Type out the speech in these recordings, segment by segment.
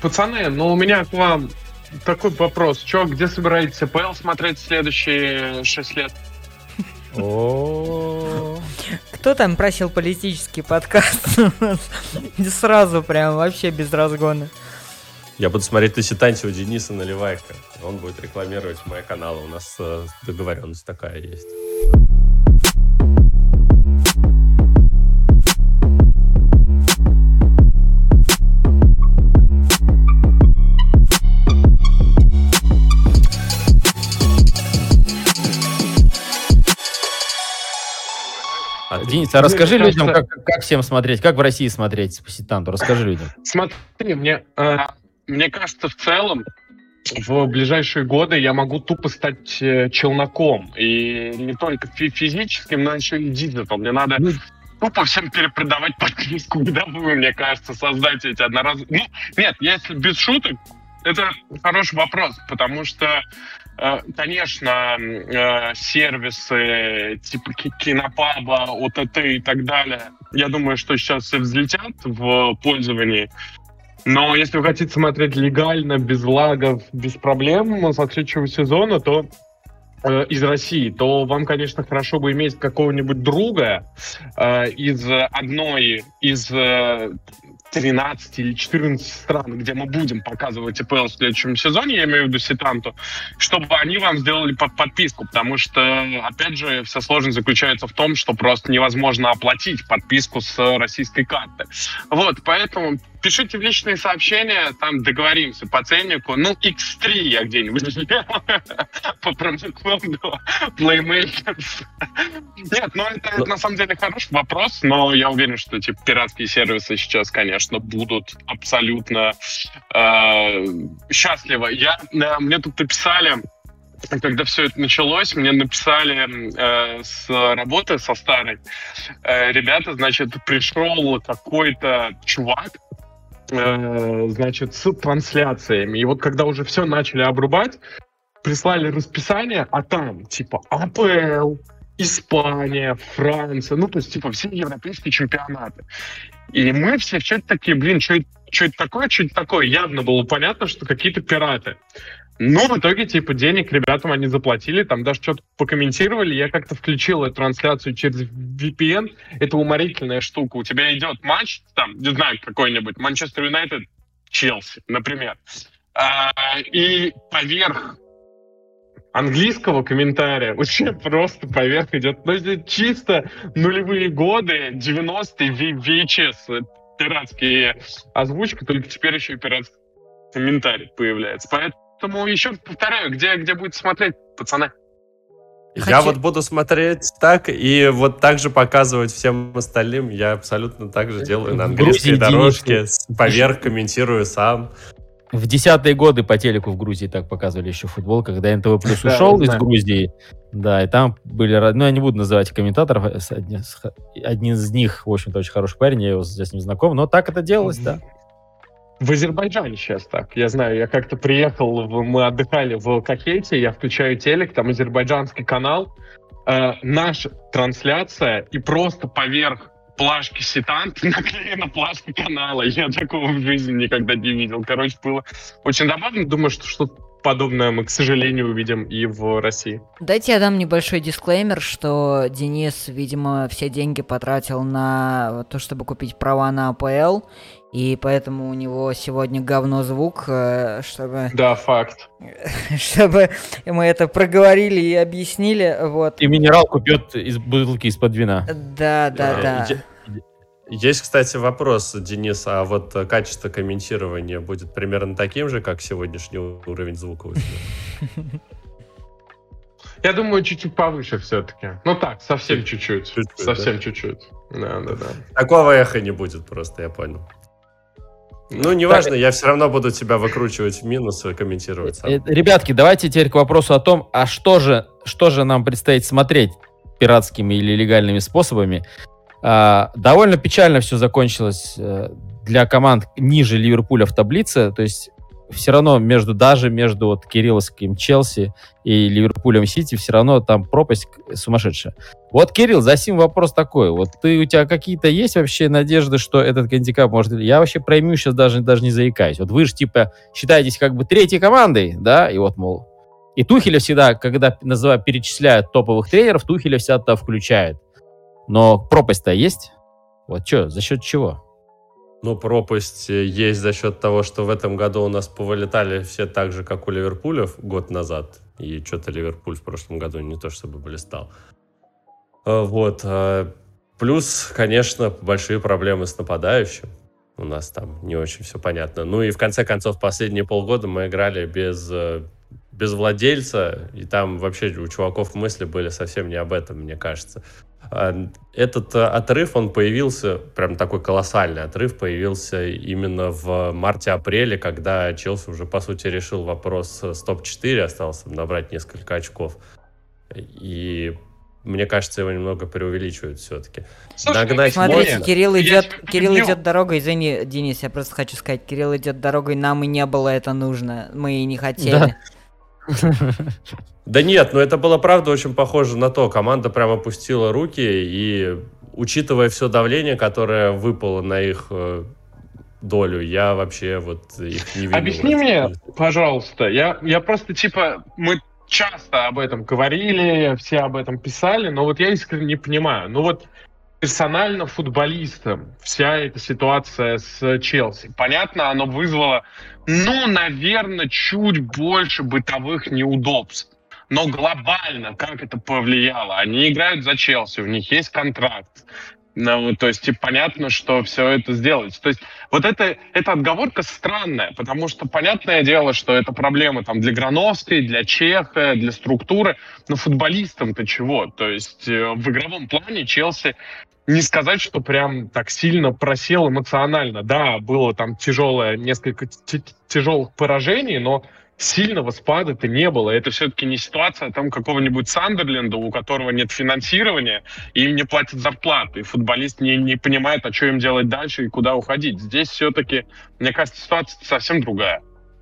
Пацаны, ну у меня к вам такой вопрос. Че, где собираетесь АПЛ смотреть следующие 6 лет? Кто там просил политический подкаст? Сразу прям, вообще без разгона. Я буду смотреть Тысячетанти у Дениса Наливайка. Он будет рекламировать мои каналы. У нас договоренность такая есть. Денис, а расскажи людям, как всем смотреть, как в России смотреть по сетанту. Расскажи людям. Смотри, мне кажется, в целом, в ближайшие годы я могу тупо стать челноком. И не только физическим, но еще и диджитал. Мне надо тупо всем перепродавать подписку годовую, мне кажется, создать эти одноразовые... Ну, нет, если без шуток, это хороший вопрос, потому что, конечно, сервисы типа Кинопаба, ОТТ и так далее, я думаю, что сейчас все взлетят в пользовании. Но если вы хотите смотреть легально, без лагов, без проблем со следующего сезона, то из России, то вам, конечно, хорошо бы иметь какого-нибудь друга из одной из 13 или 14 стран, где мы будем показывать АПЛ в следующем сезоне, я имею в виду Сетанту, чтобы они вам сделали подписку, потому что, опять же, вся сложность заключается в том, что просто невозможно оплатить подписку с российской карты. Вот, поэтому пишите в личные сообщения, там договоримся по ценнику. Ну, X3 я где-нибудь по промокоду Playmakers. Нет, ну это на самом деле хороший вопрос, но я уверен, что типа пиратские сервисы сейчас, конечно, будут абсолютно счастливы. Мне тут написали, когда все это началось, мне написали с работы, со старой, ребята, значит, пришел какой-то чувак, значит, с трансляциями. И вот когда уже все начали обрубать, прислали расписание, а там, типа, АПЛ, Испания, Франция, ну, то есть, типа, все европейские чемпионаты. И мы все в чате такие, блин, что это такое? Явно было понятно, что какие-то пираты. Но в итоге, типа, денег ребятам они заплатили, там даже что-то покомментировали. Я как-то включил эту трансляцию через VPN. Это уморительная штука. У тебя идет матч, там, не знаю, какой-нибудь, Манчестер Юнайтед, Челси, например. И поверх английского комментария вообще просто поверх идет. Ну, это чисто нулевые годы, 90-е, VHS, пиратские озвучка, только теперь еще и пиратский комментарий появляется. Поэтому еще повторяю, где будете смотреть, пацаны? Я вот буду смотреть так и вот так же показывать всем остальным. Я абсолютно так же делаю на английской дорожке, поверх комментирую сам. В 10-е годы по телеку в Грузии так показывали еще футбол, когда НТВ Плюс ушел из Грузии. Да, и там были... Ну, я не буду называть комментаторов. Один из них, в общем-то, очень хороший парень, я с ним знаком, но так это делалось, да. В Азербайджане сейчас так. Я знаю, я как-то приехал, мы отдыхали в Кахете, я включаю телек, там азербайджанский канал, наша трансляция, и просто поверх плашки Сетант наклеена плашка канала. Я такого в жизни никогда не видел. Короче, было очень забавно. Думаю, что что-то подобное мы, к сожалению, увидим и в России. Дайте я дам небольшой дисклеймер, что Денис, видимо, все деньги потратил на то, чтобы купить права на АПЛ, и поэтому у него сегодня говно звук, чтобы... Да, факт. Чтобы мы это проговорили и объяснили, вот. И минералку пьет из бутылки из-под вина. Да. Есть, кстати, вопрос, Денис, а вот качество комментирования будет примерно таким же, как сегодняшний уровень звука у тебя? Я думаю, чуть-чуть повыше все-таки. Ну так, совсем чуть-чуть. Совсем чуть-чуть. Да. Такого эха не будет просто, я понял. Ну, неважно, я все равно буду тебя выкручивать в минус и комментировать сам. Ребятки, давайте теперь к вопросу о том, а что же нам предстоит смотреть пиратскими или легальными способами. Довольно печально все закончилось для команд ниже Ливерпуля в таблице. То есть все равно даже между вот Кирилловским Челси и Ливерпулем Сити все равно там пропасть сумасшедшая. Вот, Кирилл, за сим вопрос такой. Вот у тебя какие-то есть вообще надежды, что этот гандикап может... Я вообще про МЮ сейчас даже не заикаюсь. Вот вы же, типа, считаетесь как бы третьей командой, да? И вот, мол... И Тухеля всегда, когда перечисляют топовых тренеров, Тухеля всегда туда включают. Но пропасть-то есть? Вот что, за счет чего? Ну, пропасть есть за счет того, что в этом году у нас повылетали все так же, как у Ливерпуля год назад. И что-то Ливерпуль в прошлом году не то чтобы блистал. Вот. Плюс, конечно, большие проблемы с нападающим. У нас там не очень все понятно. Ну и в конце концов, последние полгода мы играли без владельца. И там вообще у чуваков мысли были совсем не об этом, мне кажется. Этот отрыв, он появился, прям такой колоссальный отрыв, появился именно в марте-апреле, когда Челси уже, по сути, решил вопрос с топ-4, осталось набрать несколько очков. И мне кажется, его немного преувеличивают все-таки. Смотрите, Кирилл идет дорогой, извини, Денис, я просто хочу сказать, Кирилл идет дорогой, нам и не было это нужно, мы и не хотели. Да нет, но это было, правда, очень похоже на то. Команда прям опустила руки, и, учитывая все давление, которое выпало на их долю, я вообще вот их не видел. Объясни мне, пожалуйста, я просто, типа, мы часто об этом говорили, все об этом писали, но вот я искренне не понимаю. Ну вот персонально футболистам вся эта ситуация с Челси, понятно, она вызвала, наверное, чуть больше бытовых неудобств. Но глобально, как это повлияло? Они играют за Челси, у них есть контракт. Ну, то есть, понятно, что все это сделается. То есть, вот эта отговорка странная, потому что понятное дело, что это проблема там для Грановской, для Чеха, для структуры, но футболистам-то чего? То есть, в игровом плане Челси не сказать, что прям так сильно просел эмоционально. Да, было там несколько тяжелых поражений, но сильного спада-то не было. Это все-таки не ситуация там какого-нибудь Сандерленда, у которого нет финансирования, и им не платят зарплату, и футболист не понимает, а что им делать дальше и куда уходить. Здесь все-таки, мне кажется, ситуация совсем другая.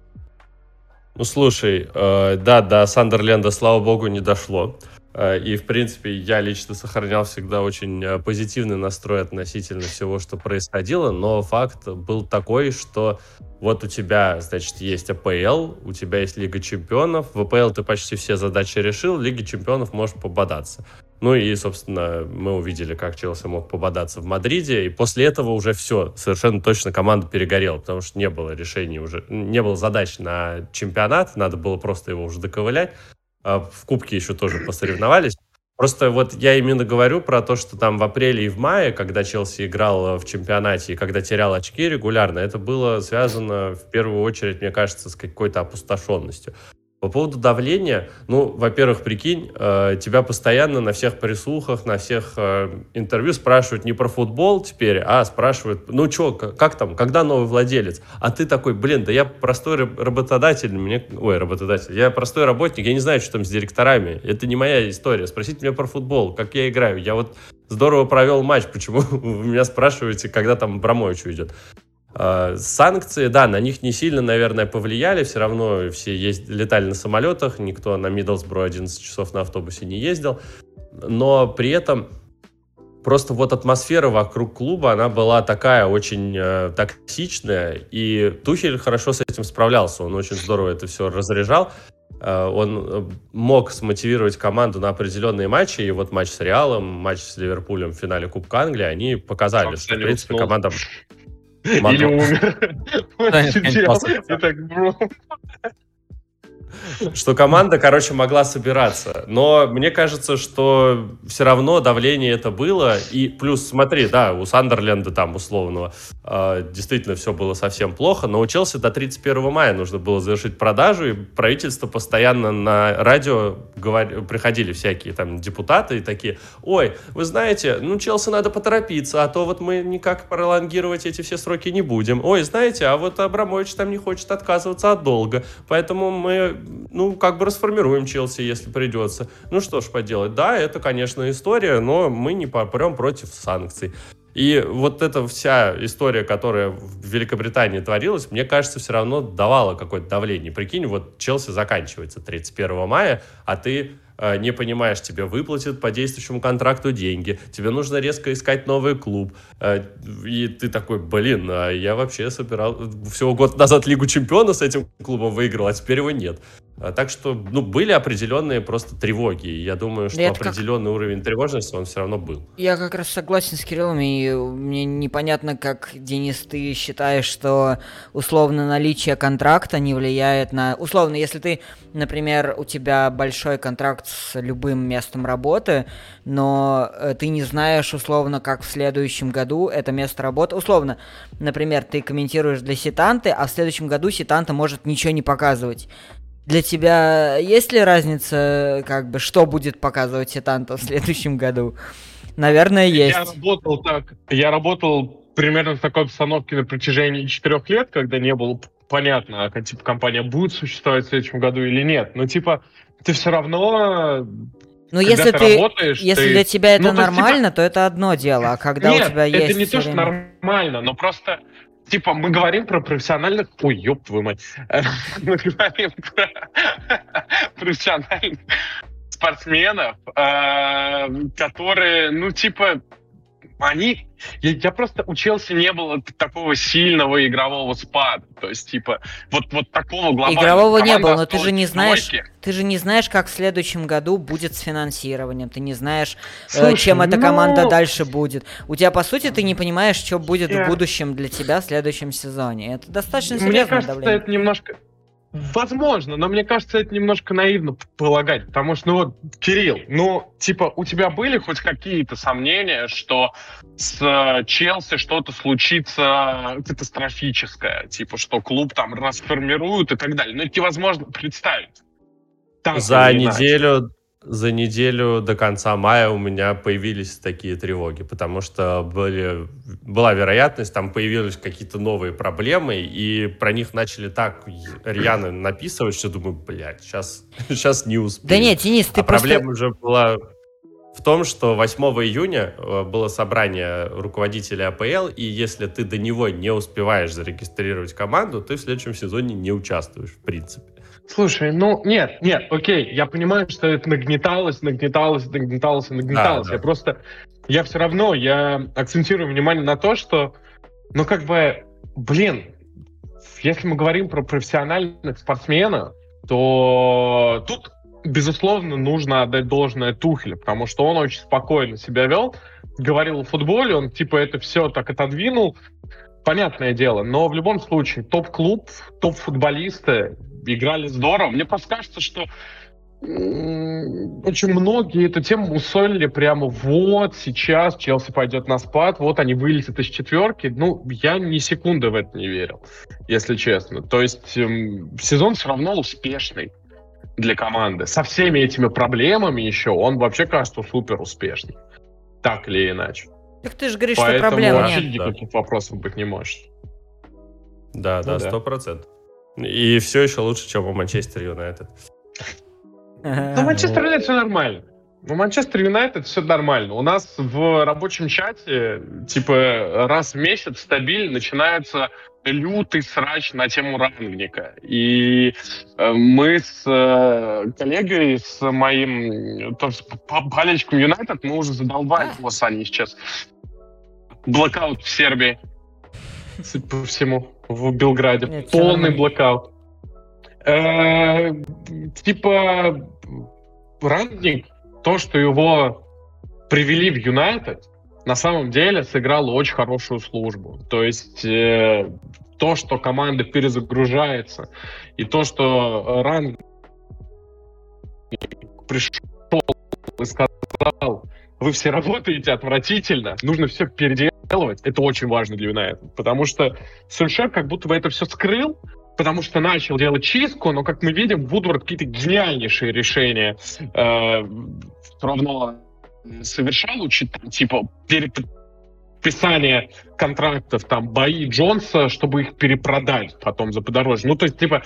Ну, слушай, до Сандерленда, слава богу, не дошло. И, в принципе, я лично сохранял всегда очень позитивный настрой относительно всего, что происходило, но факт был такой, что вот у тебя, значит, есть АПЛ, у тебя есть Лига Чемпионов, в АПЛ ты почти все задачи решил, в Лиге Чемпионов можешь пободаться. Ну и, собственно, мы увидели, как Челси мог пободаться в Мадриде, и после этого уже все, совершенно точно команда перегорела, потому что не было решений уже, не было задач на чемпионат, надо было просто его уже доковылять. В Кубке еще тоже посоревновались. Просто вот я именно говорю про то, что там в апреле и в мае, когда Челси играл в чемпионате и когда терял очки регулярно, это было связано в первую очередь, мне кажется, с какой-то опустошенностью. По поводу давления, во-первых, прикинь, тебя постоянно на всех прислухах, на всех интервью спрашивают не про футбол теперь, а спрашивают, как там, когда новый владелец? А ты такой, да я простой работодатель, я простой работник, я не знаю, что там с директорами, это не моя история, спросите меня про футбол, как я играю, я вот здорово провел матч, почему вы меня спрашиваете, когда там Абрамович уйдет? Санкции, да, на них не сильно, наверное, повлияли. Все равно все летали на самолетах, никто на Миддлсбро 11 часов на автобусе не ездил. Но при этом просто вот атмосфера вокруг клуба, она была такая очень токсичная. И Тухель хорошо с этим справлялся. Он очень здорово это все разряжал. Он мог смотивировать команду на определенные матчи. И вот матч с Реалом, матч с Ливерпулем в финале Кубка Англии, они показали, что, в принципе, команда... Или умер. Что команда, могла собираться. Но мне кажется, что все равно давление это было. И плюс, смотри, да, у Сандерленда там условного действительно все было совсем плохо. Но у Челси до 31 мая нужно было завершить продажу. И правительство постоянно на радио приходили всякие там депутаты и такие: ой, вы знаете, Челси надо поторопиться, а то вот мы никак пролонгировать эти все сроки не будем. Ой, знаете, а вот Абрамович там не хочет отказываться от долга. Поэтому мы расформируем Челси, если придется. Что ж поделать. Да, это, конечно, история, но мы не попрем против санкций. И вот эта вся история, которая в Великобритании творилась, мне кажется, все равно давала какое-то давление. Прикинь, вот Челси заканчивается 31 мая, а ты не понимаешь, тебе выплатят по действующему контракту деньги, тебе нужно резко искать новый клуб. И ты такой, блин, а я вообще собирал... Всего год назад Лигу Чемпионов с этим клубом выиграл, а теперь его нет. Так что, были определенные просто тревоги. И я думаю, что определенный уровень тревожности, он все равно был. Я как раз согласен с Кириллом, и мне непонятно, как, Денис, ты считаешь, что условно наличие контракта не влияет на... Условно, если ты, например, у тебя большой контракт с любым местом работы, но ты не знаешь, условно, как в следующем году это место работы... Условно, например, ты комментируешь для Сетанты, а в следующем году Сетанта может ничего не показывать. Для тебя есть ли разница, что будет показывать Сетанта в следующем году? Наверное, есть. Я работал примерно в такой обстановке на протяжении 4 лет, когда не было понятно, компания будет существовать в следующем году или нет. Но, ты все равно... Ну, если для тебя это нормально, то это одно дело, а когда у тебя есть... Нет, это не то, что нормально, но просто... мы говорим про профессиональных... Ой, ёб твою мать. Мы говорим про профессиональных спортсменов, которые, они... Я просто у Челси не было такого сильного игрового спада. То есть, вот такого глобального... Игрового не было, но ты же не знаешь, как в следующем году будет с финансированием. Ты не знаешь, чем эта команда дальше будет. У тебя, по сути, ты не понимаешь, что будет в будущем для тебя в следующем сезоне. Это достаточно серьезное давление. Мне кажется, это немножко... Возможно, но мне кажется, это немножко наивно полагать, потому что, Кирилл, у тебя были хоть какие-то сомнения, что с Челси что-то случится катастрофическое, что клуб там расформируют и так далее. Но это невозможно представить. За неделю до конца мая у меня появились такие тревоги, потому что была вероятность, там появились какие-то новые проблемы, и про них начали так рьяно написывать, что думаю, сейчас не успею. Да нет, Денис, ты проблема уже была в том, что 8 июня было собрание руководителей АПЛ, и если ты до него не успеваешь зарегистрировать команду, ты в следующем сезоне не участвуешь, в принципе. Слушай, нет, окей, я понимаю, что это нагнеталось. Да. Я все равно, акцентирую внимание на то, что, если мы говорим про профессиональных спортсменов, то тут, безусловно, нужно отдать должное Тухелю, потому что он очень спокойно себя вел, говорил о футболе, он это все так отодвинул, понятное дело, но в любом случае топ-клуб, топ-футболисты играли здорово. Мне просто кажется, что очень многие эту тему мусолили прямо сейчас Челси пойдет на спад, они вылетят из 4. Я ни секунды в это не верил, если честно. То есть сезон все равно успешный для команды. Со всеми этими проблемами еще он вообще кажется супер успешный. Так или иначе. Так ты же говоришь, что проблем нет. Поэтому никаких вопросов быть не может. Да, 100%. И все еще лучше, чем у Манчестер Юнайтед. Манчестер Юнайтед все нормально. У Манчестер Юнайтед все нормально. У нас в рабочем чате, раз в месяц стабильно начинается лютый срач на тему Рангника. И мы с коллегой, с моим болельщиком Юнайтед, мы уже задолбали его с Аней сейчас. Блэкаут в Сербии. Судя по всему, в Белграде. Полный блэкаут. Рангник, то, что его привели в Юнайтед, на самом деле сыграло очень хорошую службу. То есть то, что команда перезагружается, и то, что Рангник пришел и сказал: вы все работаете отвратительно, нужно все переделывать, это очень важно для Юнайтед. Потому что Сульшер как будто бы это все скрыл, потому что начал делать чистку, но, как мы видим, Вудвард какие-то гениальнейшие решения все равно совершал, переподписание контрактов, бои Джонса, чтобы их перепродать потом за подороже. То есть,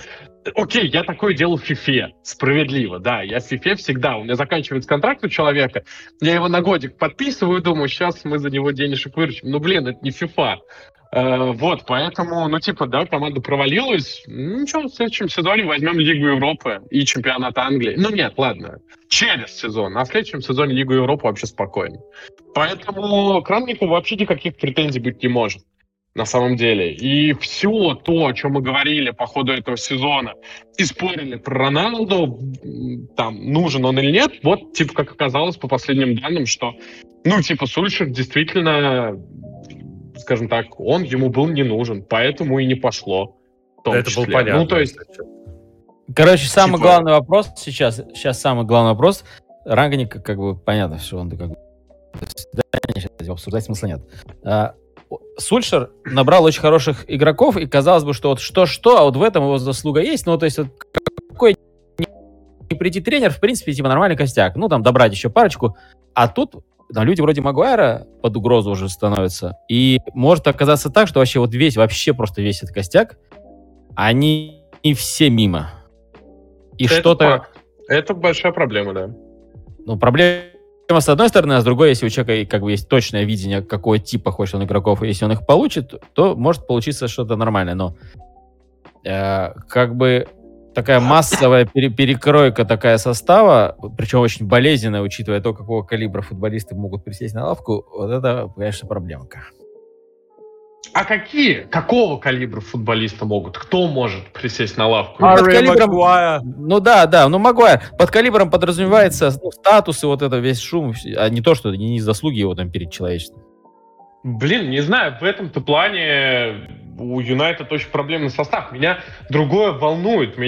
Окей, я такое делал в фифе, справедливо, да, я в фифе всегда, у меня заканчивается контракт у человека, я его на годик подписываю, думаю, сейчас мы за него денежек выручим. Ну, блин, это не фифа. Вот, поэтому, ну, типа, да, команда провалилась, ничего, в следующем сезоне возьмем Лигу Европы и чемпионат Англии. Ну, нет, ладно, через сезон, а в следующем сезоне Лигу Европы вообще спокойно. Поэтому к Рангнику вообще никаких претензий быть не может. На самом деле. И все то, о чем мы говорили по ходу этого сезона, и спорили про Роналду, там, нужен он или нет, вот, типа, как оказалось по последним данным, что, ну, типа, Сульшер действительно, скажем так, он ему был не нужен, поэтому и не пошло. Это было понятно. Ну, то есть... Короче, самый главный вопрос сейчас самый главный вопрос. Рангник, как бы, понятно, что он как бы... Сейчас обсуждать смысла нет. Сульшер набрал очень хороших игроков, и казалось бы, что вот что-что, а вот в этом его заслуга есть. Ну, то есть, вот, какой не прийти тренер, в принципе, типа нормальный костяк. Ну, там, добрать еще парочку. А тут там, люди вроде Магуайра под угрозу уже становятся. И может оказаться так, что вообще просто весь этот костяк, они и все мимо. И это что-то... факт. Это большая проблема, да. Ну, проблема с одной стороны, а с другой, если у человека как бы есть точное видение, какого типа хочет он игроков, и если он их получит, то может получиться что-то нормальное. Но как бы такая массовая перекройка такая состава, причем очень болезненная, учитывая то, какого калибра футболисты могут присесть на лавку, вот это, конечно, проблемка. А какого калибра футболиста могут? Кто может присесть на лавку? Под калибром... Ну да, ну Магуайр. Под калибром подразумевается статус и вот это весь шум, а не то, что не заслуги его там перед человечеством. Блин, не знаю, в этом-то плане у Юнайтед очень проблемный состав. Меня другое волнует.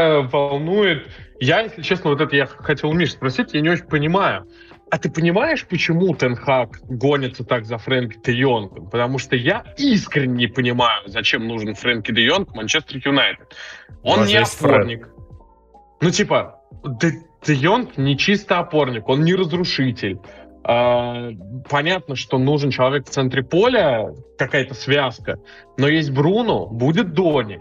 Я, если честно, вот это я хотел у Миши спросить, я не очень понимаю. А ты понимаешь, почему Тен Хаг гонится так за Фрэнки де Йонгом? Потому что я искренне не понимаю, зачем нужен Фрэнки де Йонг Манчестер Юнайтед. Он не опорник. Ну, типа, де Йонг не чисто опорник, он не разрушитель. Понятно, что нужен человек в центре поля, какая-то связка. Но есть Бруно, будет Дони.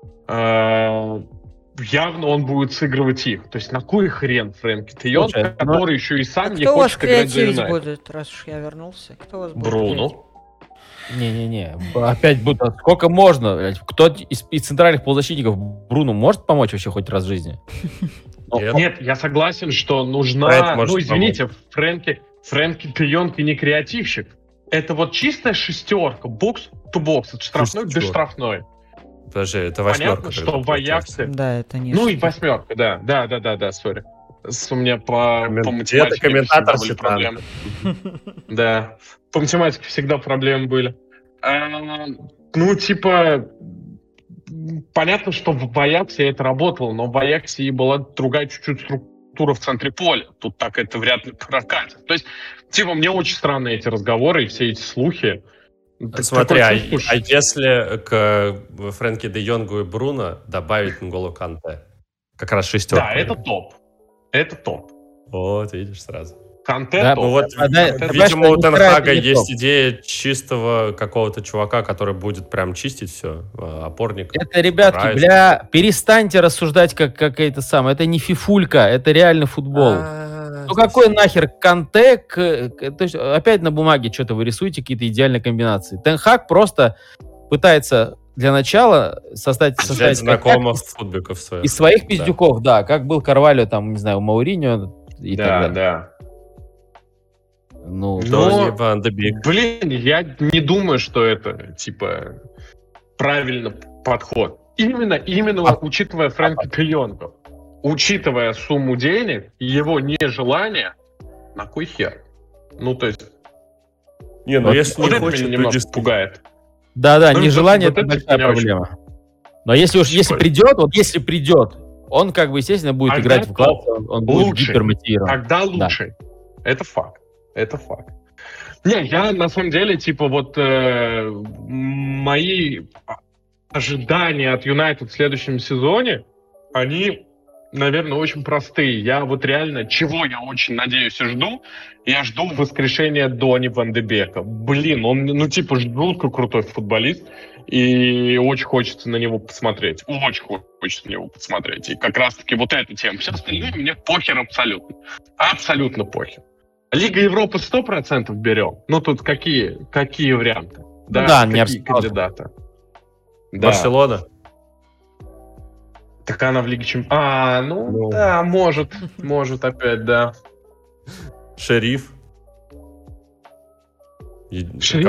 Явно он будет сыгрывать их. То есть на кой хрен Фрэнки де Йонг, который еще и сам не хочет играть за Юнайтед? Кто у вас будет, раз уж я вернулся? Кто у вас будет? Бруно. Не-не-не, опять будут... Сколько можно, блядь? Кто из центральных полузащитников Бруно может помочь вообще хоть раз в жизни? Нет, я согласен, что нужна... Ну, извините, Фрэнки де Йонг и не креативщик. Это вот чистая шестерка, бокс-то-бокс, это штрафной без штрафной. Подожди, это восьмерка. Понятно, что в Аяксе... Да, это не... Ну и восьмерка, да, сори. У меня по математике это комментатор были проблемы. Да, по математике всегда проблемы были. Ну, типа, понятно, что в Аяксе это работало, но в Аяксе и была другая чуть-чуть структура в центре поля. Тут так это вряд ли прокатит. То есть, типа, мне очень странные эти разговоры и все эти слухи. Смотри, а если к Фрэнки де Йонгу и Бруно добавить Нголо Канте? Как раз шестерка. Да, это топ. Это топ. Вот, видишь, сразу. Канте да, топ. Ну, вот, видимо, у Тен Хага есть идея чистого какого-то чувака, который будет прям чистить все, опорник. Это, ребятки, перестаньте рассуждать как какая-то самая. Это не фифулька, это реальный футбол. Ну какой нахер Канте? То есть опять на бумаге что-то вы рисуете, какие-то идеальные комбинации. Тен Хаг просто пытается для начала создать знакомых футбиков из своих пиздюков, да, как был Карвальо, там, не знаю, у Мауриньо и так далее. Да. Ну, блин, я не думаю, что это, типа, правильный подход. Именно учитывая Фрэнки де Йонга. Учитывая сумму денег и его нежелание, на кой хер? Ну, то есть... Не, ну если вот не это хочет, меня немножко пугает. Да, нежелание — это большая проблема. Но если придет, он, как бы, естественно, будет играть в класс, он будет гипермотивирован. Тогда лучше. Да. Это факт. Не, я, на самом деле, типа, вот мои ожидания от Юнайтед в следующем сезоне, они наверное, очень простые. Я вот реально, чего я очень надеюсь и жду, я жду воскрешения Дони Ван де Бека. Блин, он, жутко крутой футболист, и очень хочется на него посмотреть. Очень хочется на него посмотреть. И как раз-таки вот эта тема. Все остальное мне похер абсолютно. Абсолютно похер. Лига Европы 100% берем. Ну, тут какие варианты? Да, не какие Арсенал. кандидаты? Да. Барселона? Так она в Лиге Чемпионов. Ну. Да, может опять, да. Шериф? Шриф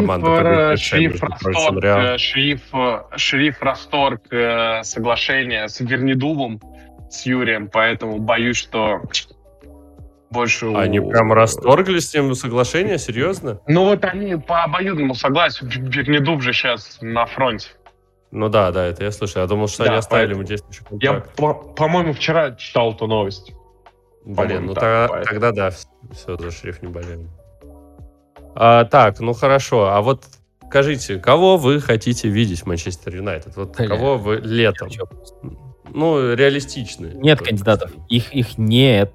расторг соглашение с Вернедубом, с Юрием, поэтому боюсь, что больше... Они прям расторгли с ним соглашение? Серьезно? Ну вот они по обоюдному согласию. Вернедуб же сейчас на фронте. Ну да, это я слышал. Я думал, что Да, они оставили поэтому ему действующий Я, контракт. по-моему, вчера читал эту новость. Блин, ну так, поэтому. тогда да, все, за Шриф не болеем. Так, ну хорошо. А вот скажите, кого вы хотите видеть в Манчестер Юнайтед? Вот кого вы летом? Ну, реалистичные. Нет кандидатов. Их нет.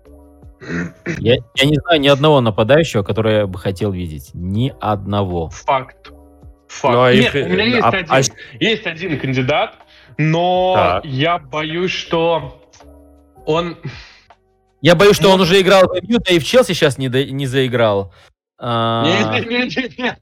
Я не знаю ни одного нападающего, который я бы хотел видеть. Ни одного. Факт. Ну, а Нет, их- у меня есть один кандидат, но Так. я боюсь, что он... Я боюсь, что он уже играл в МЮ, да и в Челси сейчас не заиграл. Нет,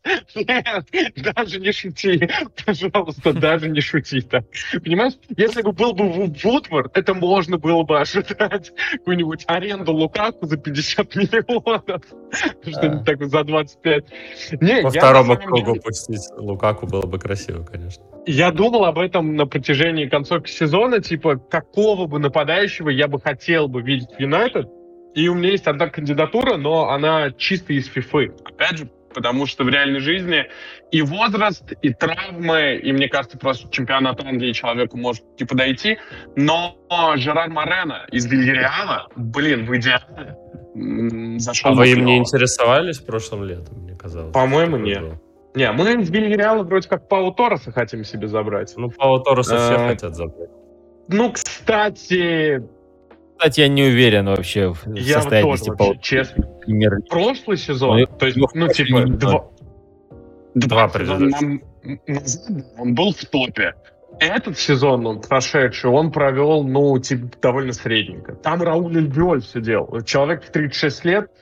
даже не шути, пожалуйста, даже не шути так. Понимаешь, если бы был бы Вудвард, это можно было бы ожидать какую-нибудь аренду Лукаку за 50 миллионов, что-нибудь такое за 25. Не, По я второму на самом кругу деле- пустить Лукаку было бы красиво, конечно. Я думал об этом на протяжении концовки сезона, какого бы нападающего я бы хотел бы видеть в Юнайтед. И у меня есть одна кандидатура, но она чисто из фифы. Опять же, потому что в реальной жизни и возраст, и травмы, и, мне кажется, просто чемпионат Англии человеку может не подойти. Но Жерар Морено из Вильяреала, в идеале зашел. А вы им не интересовались прошлым летом, мне казалось? По-моему, Такое нет. было. Не, мы из Вильяреала вроде как Пау Торреса хотим себе забрать. Ну, Паула Торреса все хотят забрать. Ну, кстати, Кстати, я не уверен вообще в я вот состоятельности тоже, вообще, честно. Премьер-лиги. Прошлый сезон, Ну, то есть, не два Два сезона назад он был в топе. Этот сезон, он прошедший, он провел, довольно средненько. Там Рауль Альбиоль все делал. Человек в 36 лет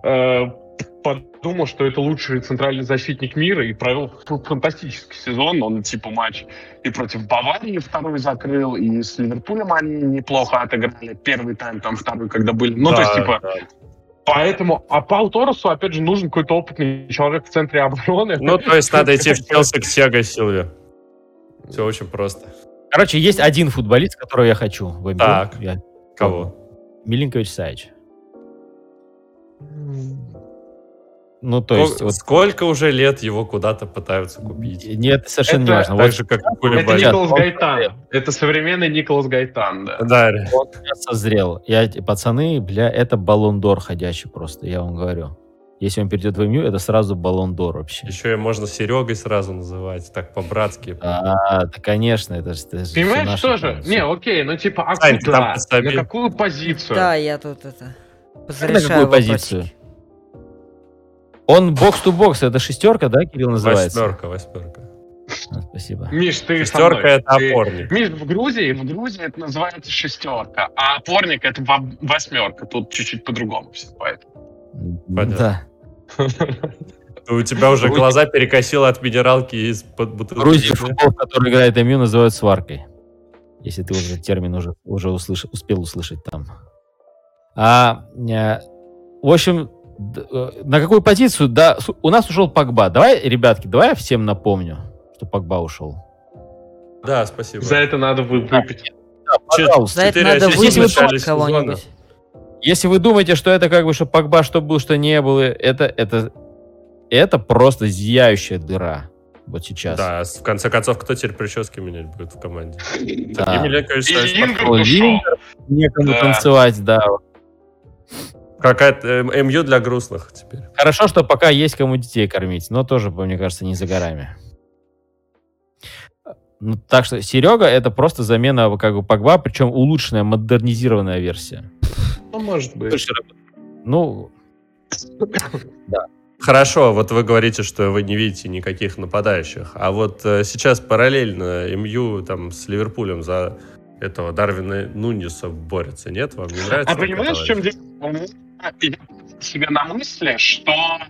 подумал, что это лучший центральный защитник мира, и провел фантастический сезон. Он, матч и против Баварии второй закрыл, и с Ливерпулем они неплохо отыграли. Первый тайм, там второй, когда были. Да. Поэтому, Пау Торресу, опять же, нужен какой-то опытный человек в центре обороны. Ну, то есть надо идти в Челси к Сиаго Силве. Все очень просто. Короче, есть один футболист, которого я хочу в МЮ. Так. Кого? Милинкович Савич. Ну, то есть... Сколько уже лет его куда-то пытаются купить? Нет, совершенно не важно. Так же, как Это Кулибали. Николас Гайтан. Это современный Николас Гайтан, да. Да, Он созрел. Пацаны, это баллон-дор ходячий просто, я вам говорю. Если он перейдет в МЮ, это сразу баллон-дор вообще. еще и можно Серегой сразу называть, так по-братски. Да, конечно, это же Понимаешь, что же? Не, окей, а Сань, ты там куда? подсоби. На какую позицию? Да, я тут На разрешаю какую вопросики. позицию? Он бокс-то-бокс, это шестерка, да, Кирилл называется? Восьмерка. Спасибо. Миш, ты со Шестерка — мной. это Ты- опорник. Миш, в Грузии это называется шестерка, а опорник это восьмерка. Тут чуть-чуть по-другому все, поэтому. Понятно. Да. У тебя уже глаза перекосило от минералки из-под В бутылки. Грузии футбол, который играет МЮ, называют сваркой. Если ты уже термин уже успел услышать там. В общем, на какую позицию? Да, у нас ушел Погба. Давай, ребятки, давай я всем напомню, что Погба ушел. Да, спасибо. За это надо выпить. Да, пожалуйста. За это 4 надо ассиста в вызвать начале сезона. кого-нибудь. Если вы думаете, что это как бы, что Погба, что был, что не было, это просто зияющая дыра. Вот сейчас. Да, в конце концов, кто теперь прически менять будет в команде? Да. Сергей Миленкович, И Савич, Лингер подходит. ушел. Некому Да. танцевать, да. Какая-то МЮ для грустных теперь. Хорошо, что пока есть кому детей кормить, но тоже, мне кажется, не за горами. Ну, так что Серега это просто замена как бы Погба, причем улучшенная, модернизированная версия. Ну, может быть. Ну, Хорошо, вот вы говорите, что вы не видите никаких нападающих, а вот сейчас параллельно МЮ там с Ливерпулем за этого Дарвина Нуньеса борется, нет? Вам не нравится? А понимаешь, в чем дело? Я себе на мысли, что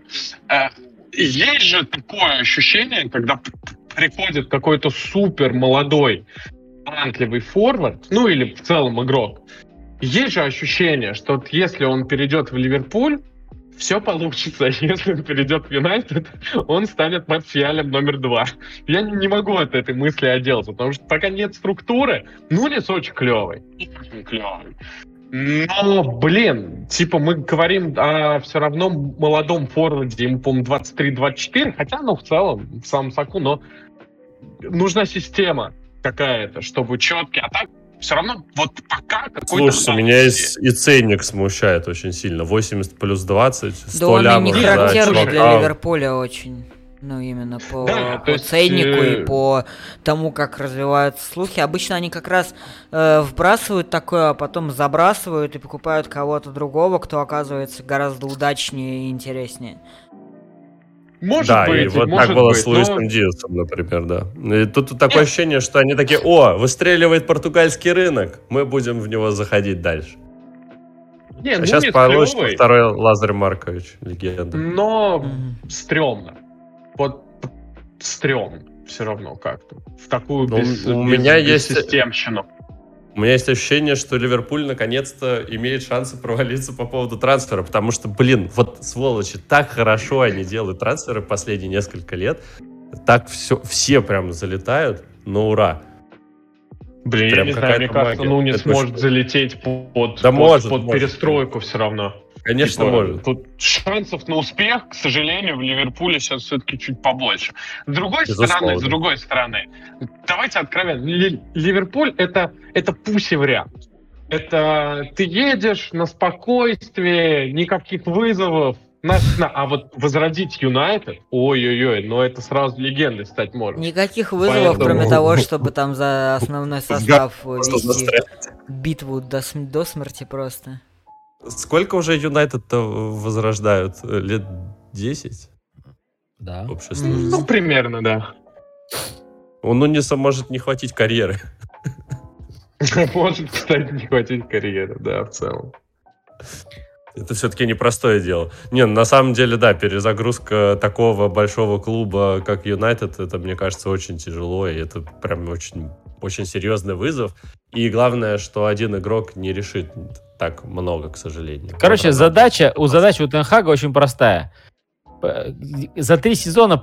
есть же такое ощущение, когда приходит какой-то супер молодой, талантливый форвард, ну или в целом игрок, есть же ощущение, что вот если он перейдет в Ливерпуль, все получится. Если он перейдет в Юнайтед, он станет Марсиалем номер 2. Я не могу от этой мысли отделаться, потому что пока нет структуры, Нунес очень клевый. Очень клевый. Но, блин, типа мы говорим о все равно молодом форварде, ему, по-моему, 23-24, хотя, ну, в целом, в самом соку, но нужна система какая-то, чтобы четкий. А так все равно вот пока какой-то... Слушай, меня и ценник смущает очень сильно. 80 плюс 20, 100 Да, он лямов не за характерный чувака. для Ливерпуля очень. Ну, именно по ценнику и по тому, как развиваются слухи. Обычно они как раз вбрасывают такое, а потом забрасывают и покупают кого-то другого, кто оказывается гораздо удачнее и интереснее. Может быть, и вот может так было быть, с Луисом Диасом, например, да. И тут такое ощущение, что они такие: о, выстреливает португальский рынок, мы будем в него заходить дальше. Не, а сейчас получится второй Лазарь Маркович, легенда. Но стрёмно. Вот стрёмно все равно как-то. В такую бессистемщину. У меня есть ощущение, что Ливерпуль наконец-то имеет шансы провалиться по поводу трансфера, потому что, блин, вот сволочи, так хорошо они делают трансферы последние несколько лет, так все прям залетают, на ура. Блин, прям я не знаю, мне кажется, ну не сможет залететь под перестройку все равно. Конечно, может. Тут шансов на успех, к сожалению, в Ливерпуле сейчас все-таки чуть побольше. С другой стороны, давайте откровенно, Ливерпуль это пуси-вариант. Это ты едешь на спокойствии, никаких вызовов. А вот возродить Юнайтед, ой-ой-ой, но это сразу легендой стать может. Никаких вызовов, кроме того, чтобы там за основной состав вести битву до смерти просто. Сколько уже Юнайтед-то возрождают? Лет 10? Да. Ну, примерно, да. У Нунеса может не хватить карьеры. Может, кстати, не хватить карьеры, да, в целом. Это все-таки непростое дело. Не, на самом деле, да, перезагрузка такого большого клуба, как Юнайтед, это, мне кажется, очень тяжело, и это прям очень, очень серьезный вызов. И главное, что один игрок не решит так много, к сожалению. Короче, задача у Тен Хага очень простая. За 3 сезона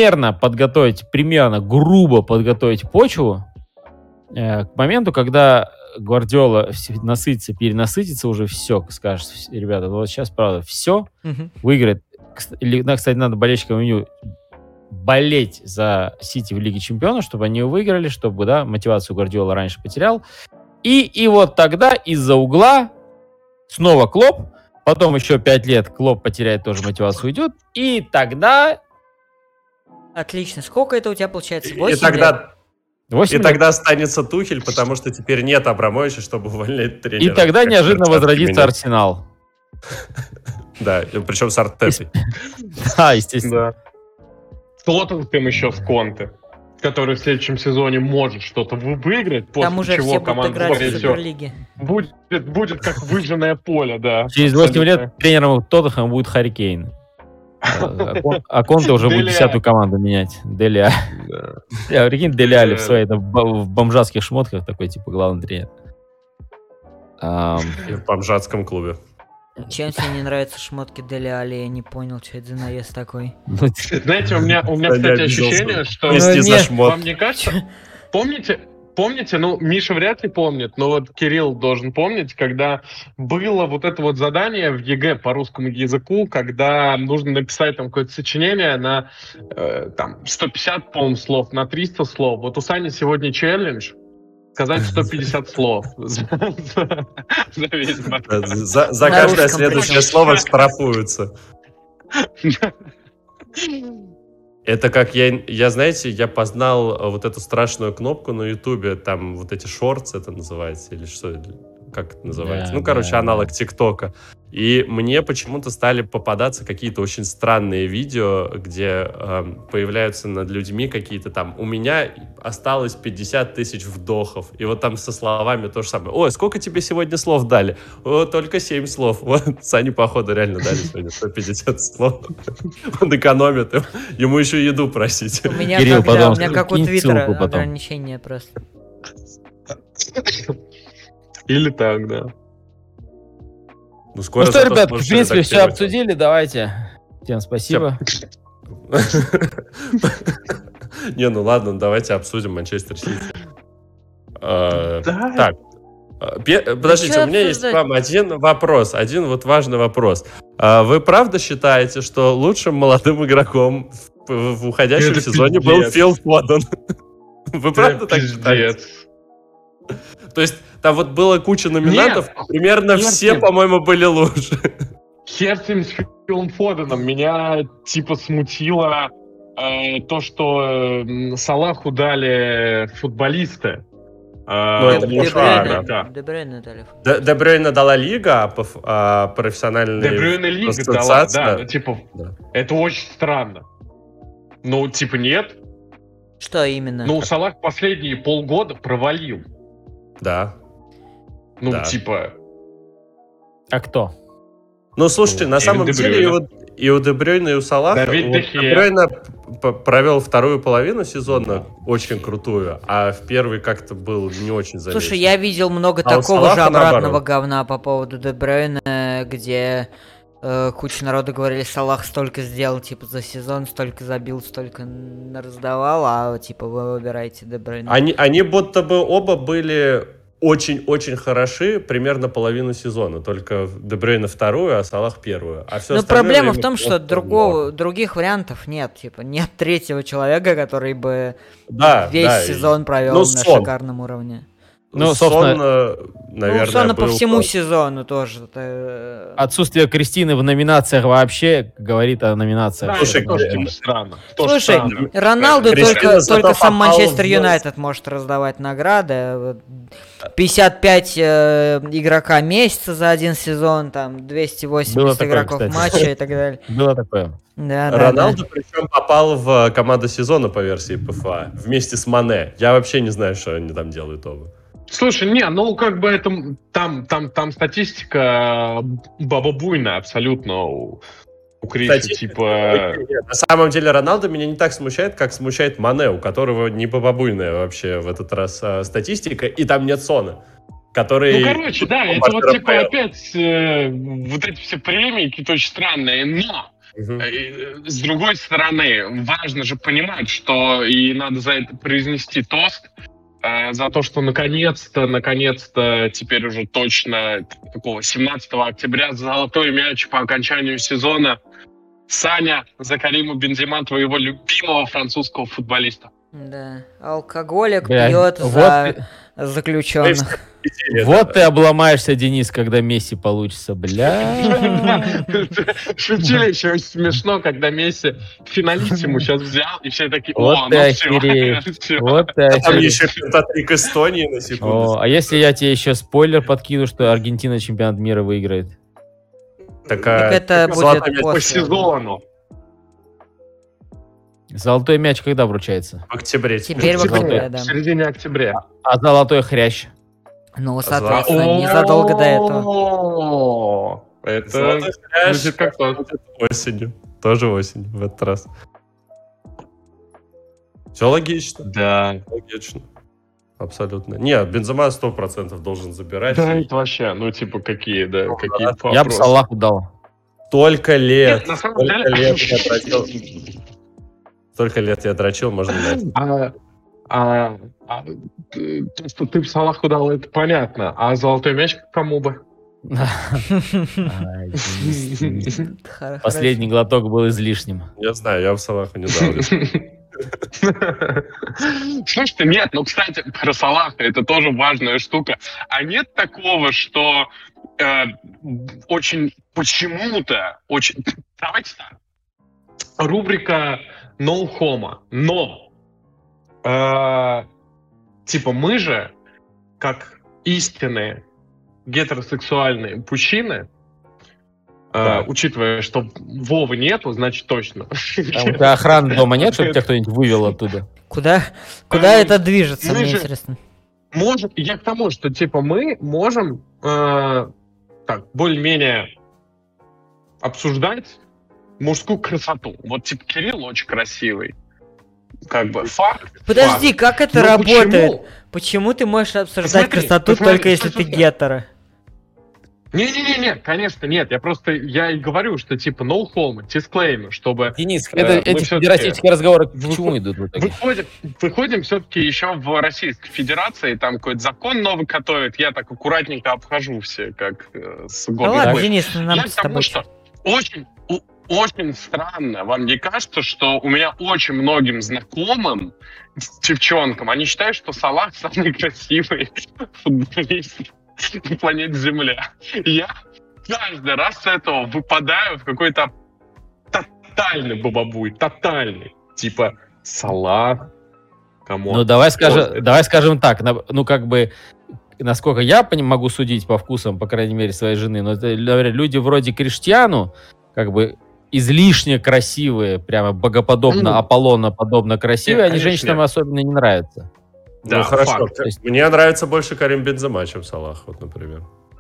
грубо подготовить почву к моменту, когда Гвардиола перенасытится уже, все, скажет: ребята, вот сейчас, правда, все, выиграет. Кстати, надо болельщикам МЮ болеть за Сити в Лиге Чемпионов, чтобы они его выиграли, чтобы, да, мотивацию Гвардиола раньше потерял. И вот тогда из-за угла снова Клопп, потом еще 5 лет Клопп потеряет тоже мотивацию, уйдет, и тогда... Отлично. Сколько это у тебя получается? 8 и тогда... 8 и лет. тогда останется Тухель, потому что теперь нет Абрамовича, чтобы увольнять тренера. И тогда неожиданно возродится Арсенал. Да, причем с Артетой. Да, естественно. С Тоттенхэм еще в Конте, который в следующем сезоне может что-то выиграть, там после уже чего все будут команда, играть скорее в всего, Суперлиге. будет как выжженное поле, да. Через 8 лет тренером Тоттенхэма будет Харри Кейн. А Конте уже будет 10-ю команду менять. Дели Алли. Прикинь, Дели Алли в бомжатских шмотках такой, типа, главный тренер. И в бомжатском клубе. Чем тебе не нравятся шмотки Дели Алли? Я не понял, что это за наезд такой. Знаете, у меня, кстати, ощущение, что... Вам не кажется? Помните, ну, Миша вряд ли помнит, но вот Кирилл должен помнить, когда было вот это вот задание в ЕГЭ по русскому языку, когда нужно написать там какое-то сочинение на там 150, по-моему, слов, на 300 слов. Вот у Сани сегодня челлендж сказать 150 слов за весь материал. За каждое следующее слово штрафуются. Это как я, знаете, я познал вот эту страшную кнопку на Ютубе, там вот эти шортс это называется, или что, как это называется? Да, Ну, короче, да, аналог да. ТикТока. И мне почему-то стали попадаться какие-то очень странные видео, где появляются над людьми какие-то там «У меня осталось 50 тысяч вдохов». И вот там со словами то же самое. «Ой, сколько тебе сегодня слов дали?» «О, только 7 слов». Вот Сане, походу, реально дали сегодня 150 слов. Он экономит. Ему еще еду просить. У меня Кирилл, как, да, потом у меня как у кинь Твиттера ссылку потом. ограничение просто. Или так, да. Ну, скоро Ну что, зато ребят, в сможешь принципе, все редактировать. обсудили, давайте. Всем спасибо. Не, ну ладно, давайте обсудим Манчестер Сити. Да. Так, подождите, чё у меня есть обсуждать? к вам один вопрос, один вот важный вопрос. Вы правда считаете, что лучшим молодым игроком в уходящем Это сезоне был пиздец. Фил Фоден? Вы правда так считаете? Пиздец. То есть там вот было куча номинантов, Нет, примерно нет, все, нет. по-моему, были лучше. Хер с ним, с Филом Фоденом. Меня типа смутило то, что Салаху дали футболисты. это Лучшего Де игрока. Де Брuyne дали. Де Брuyне дала лига, а профессиональная Де Брюйне Лига дала, ассоциация. да, ну типа, Да. это очень странно. Ну, типа, нет. Что именно? Ну, Салах последние полгода провалил. Да. Ну, Да. типа, А кто? Ну, слушайте, на Кевин самом Де деле Брюйне. и у Де Брюйне, и у Салаха... Давид вот Де Де Хеа. Брюйне провел вторую половину сезона очень крутую, а в первый как-то был не очень заметен. Слушай, я видел много А у такого же Салаха обратного наоборот. говна по поводу Де Брuyне, где куча народу говорили, Салах столько сделал, типа, за сезон, столько забил, столько раздавал, а, типа, вы выбираете Де Брuyне. Они будто бы оба были очень-очень хороши примерно половину сезона. Только Де Брюйне вторую, а Салах первую. А все Но остальное проблема время в том, что просто других вариантов нет, типа, нет третьего человека, который бы Да, весь да, сезон провел ну, на Сон. шикарном уровне. Ну, Сон, собственно, наверное, ну, Сона по был всему класс. сезону тоже. отсутствие Кристины в номинациях вообще говорит о номинациях. да, Слушай, это тоже э, типа странно. Тоже Слушай, странно. Роналду Кристина зато только сам попал Манчестер в- Юнайтед может раздавать награды. Вот 55 игрока месяца за один сезон, там 280 Было такое, игроков кстати. матча и так далее. Было такое. Да, да, Роналду причем попал в команду сезона по версии ПФА вместе с Мане. Я вообще не знаю, что они там делают оба. Слушай, не, ну как бы это там статистика бабабуйная абсолютно у Криса, Кстати, типа. нет, на самом деле Роналду меня не так смущает, как смущает Мане, у которого не бабабуйная вообще в этот раз статистика, и там нет Сона, который... Ну, короче, да, это вот бомбардир типа РПЛ. опять вот эти все премии какие-то очень странные, но Мгм. с другой стороны, важно же понимать, что и надо за это произнести тост, за то, что наконец-то, теперь уже точно, какого, 17 октября, золотой мяч по окончанию сезона. Саня, за Карима Бензема, твоего любимого французского футболиста. Да. Алкоголик Бля, пьет вот за заключенных. Вот ты обломаешься, Денис, когда Месси получится, бля. Шутили еще очень смешно, когда Месси финалиссиму сейчас взял, и все такие, Вот о, ты ну все, охереть. все. Вот ты Там охереть. еще пентатрик Эстонии на секунду. О, а если я тебе еще спойлер подкину, что Аргентина чемпионат мира выиграет? Так, Так это золотой будет мяч По после. сезону. Золотой мяч когда вручается? в октябре. Теперь в Золотой. октябре, да. В середине октября. А золотой хрящ? Ну, соответственно, незадолго до этого. О, это Золотой мяч звучит как то. будет осенью. Тоже осенью в этот раз. Все логично. Да. Логично. Абсолютно. Не, Бензема 100% должен забирать. Да, это вообще, ну, типа, какие, да, какие Я бы вопросы. Салаху дал. Столько лет. Нет, на самом Столько деле... лет я дрочил. Столько лет я дрочил, можно дать. То, что ты в Салаху дал, это понятно. А золотой мяч кому бы? Ай, Денис. Последний глоток был излишним. Я знаю, я в Салаху не дал. Слушайте, нет, ну, кстати, про Салаха, это тоже важная штука. А нет такого, что очень почему-то, очень... Давайте так. Рубрика no homo. Но, типа, мы же, как истинные гетеросексуальные мужчины, учитывая, что Вовы нету, значит точно. А у тебя охраны дома нет, чтобы тебя кто-нибудь вывел оттуда? Куда это движется, мы мне же- интересно. Я к тому, что типа мы можем так более-менее обсуждать мужскую красоту. Вот типа Кирилл очень красивый. Как бы факт. Подожди, факт. как это Но работает? почему? Почему ты можешь обсуждать Посмотри, красоту посмотри, только если ты посмотри. гетеро? Не, конечно, нет. Я и говорю, что типа no homo, disclaimer, чтобы Денис, мы эти всё-таки федеративные разговоры к выход- чему идут в итоге? выходим все-таки еще в Российской Федерации, там какой-то закон новый готовят, я так аккуратненько обхожу все, как с Да горной ладно, кошкой. Денис, нам Я с к тому, тобой... что очень странно, вам не кажется, что у меня очень многим знакомым девчонкам, они считают, что Салах самый красивый футболист на планете Земля. И я каждый раз с этого выпадаю в какой-то тотальный бабабуй, тотальный. Типа, Салах, камон. Ну, давай скажем так, ну, как бы, насколько я могу судить по вкусам, по крайней мере, своей жены, но это, говорят, люди вроде Криштиану, как бы, излишне красивые, прямо богоподобно, Аполлона-подобно красивые, они конечно, женщинам нет. особенно не нравятся. Да, Ну, хорошо. факт. То есть- Мне нравится больше Карим Бензема, чем Салах, вот, например.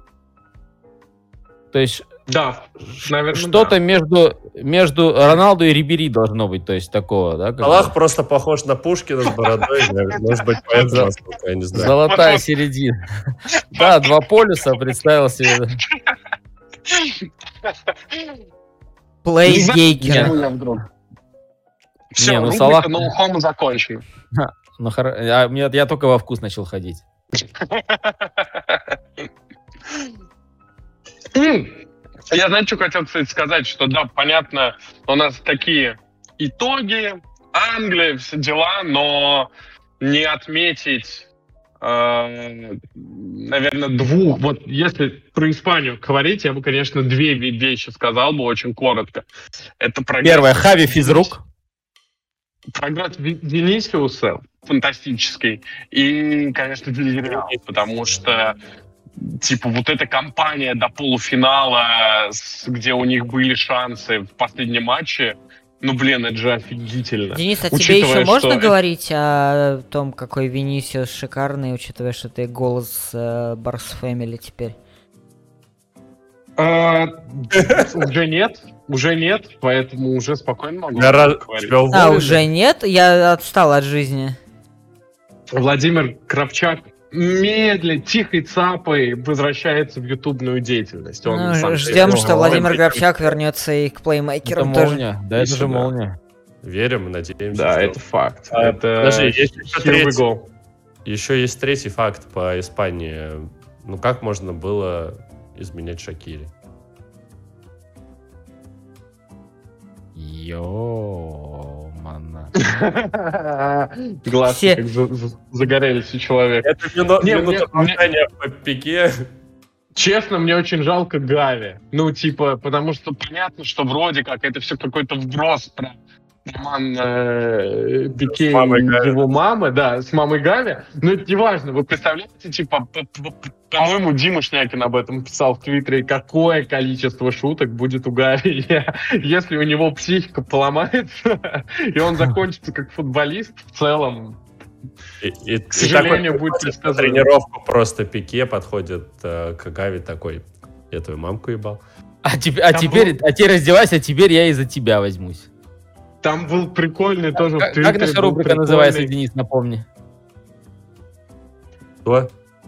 То есть Да, наверное, что-то между Роналду и Рибери должно быть, то есть такого, да? как бы. Салах просто похож на Пушкина с бородой, может быть, поэтому, я не знаю. Золотая середина. Да, два полюса, представил себе. Плейгейкер. Все, Не, ну рубрика Салах- No Homo закончена. Ну, я только во вкус начал ходить. Я, знаете, что хотел, кстати, сказать, что, да, понятно, у нас такие итоги, Англия, все дела, но не отметить, наверное, двух. Вот если про Испанию говорить, я бы, конечно, две вещи сказал бы очень коротко. Это прогресс. Первое, Хави физрук. Прогресс Винисиуса фантастический. И, конечно, Вильяреал, потому что типа вот эта кампания до полуфинала, где у них были шансы в последнем матче, ну, блин, это же офигительно. Денис, а тебе Учитывая, еще можно что- говорить о том, какой Винисиус шикарный, учитывая, что ты голос Барс Фэмили теперь? Уже нет, поэтому уже спокойно могу Я рад говорить. тебя уволили. Уже нет? Я отстал от жизни. Владимир Кравчак медленно, тихой цапой возвращается в ютубную деятельность. Он Ну, сам ждем, себе- что Владимир Грабчак вернется и к Это плеймейкерам тоже. молния. Да, это же Сюда. молния. Верим, надеемся. Да, что- это факт. А, Это подожди, есть еще here we третий. go. Еще есть третий факт по Испании. Ну, как можно было изменять Шакири? Ё-мана. Глазки Все- как загорелись у человека. Это Не, минута мне- молчания по Пике. Честно, мне очень жалко Гави. Ну, типа, потому что понятно, что вроде как это все какой-то вброс про роман Пике С мамой и Гави. его мамы, да, с мамой Гави. Но это не важно. Вы представляете, типа, по-моему, Дима Шнякин об этом писал в Твиттере, какое количество шуток будет у Гави, если у него психика поломается, и он закончится как футболист в целом. К сожалению, будет предсказуемо. тренировку просто Пике подходит к Гави такой: я твою мамку ебал. А теперь раздевайся, а теперь я из-за тебя возьмусь. Там был прикольный тоже в Как Твиттере. наша был рубрика прикольный- называется, Денис, напомни? Что?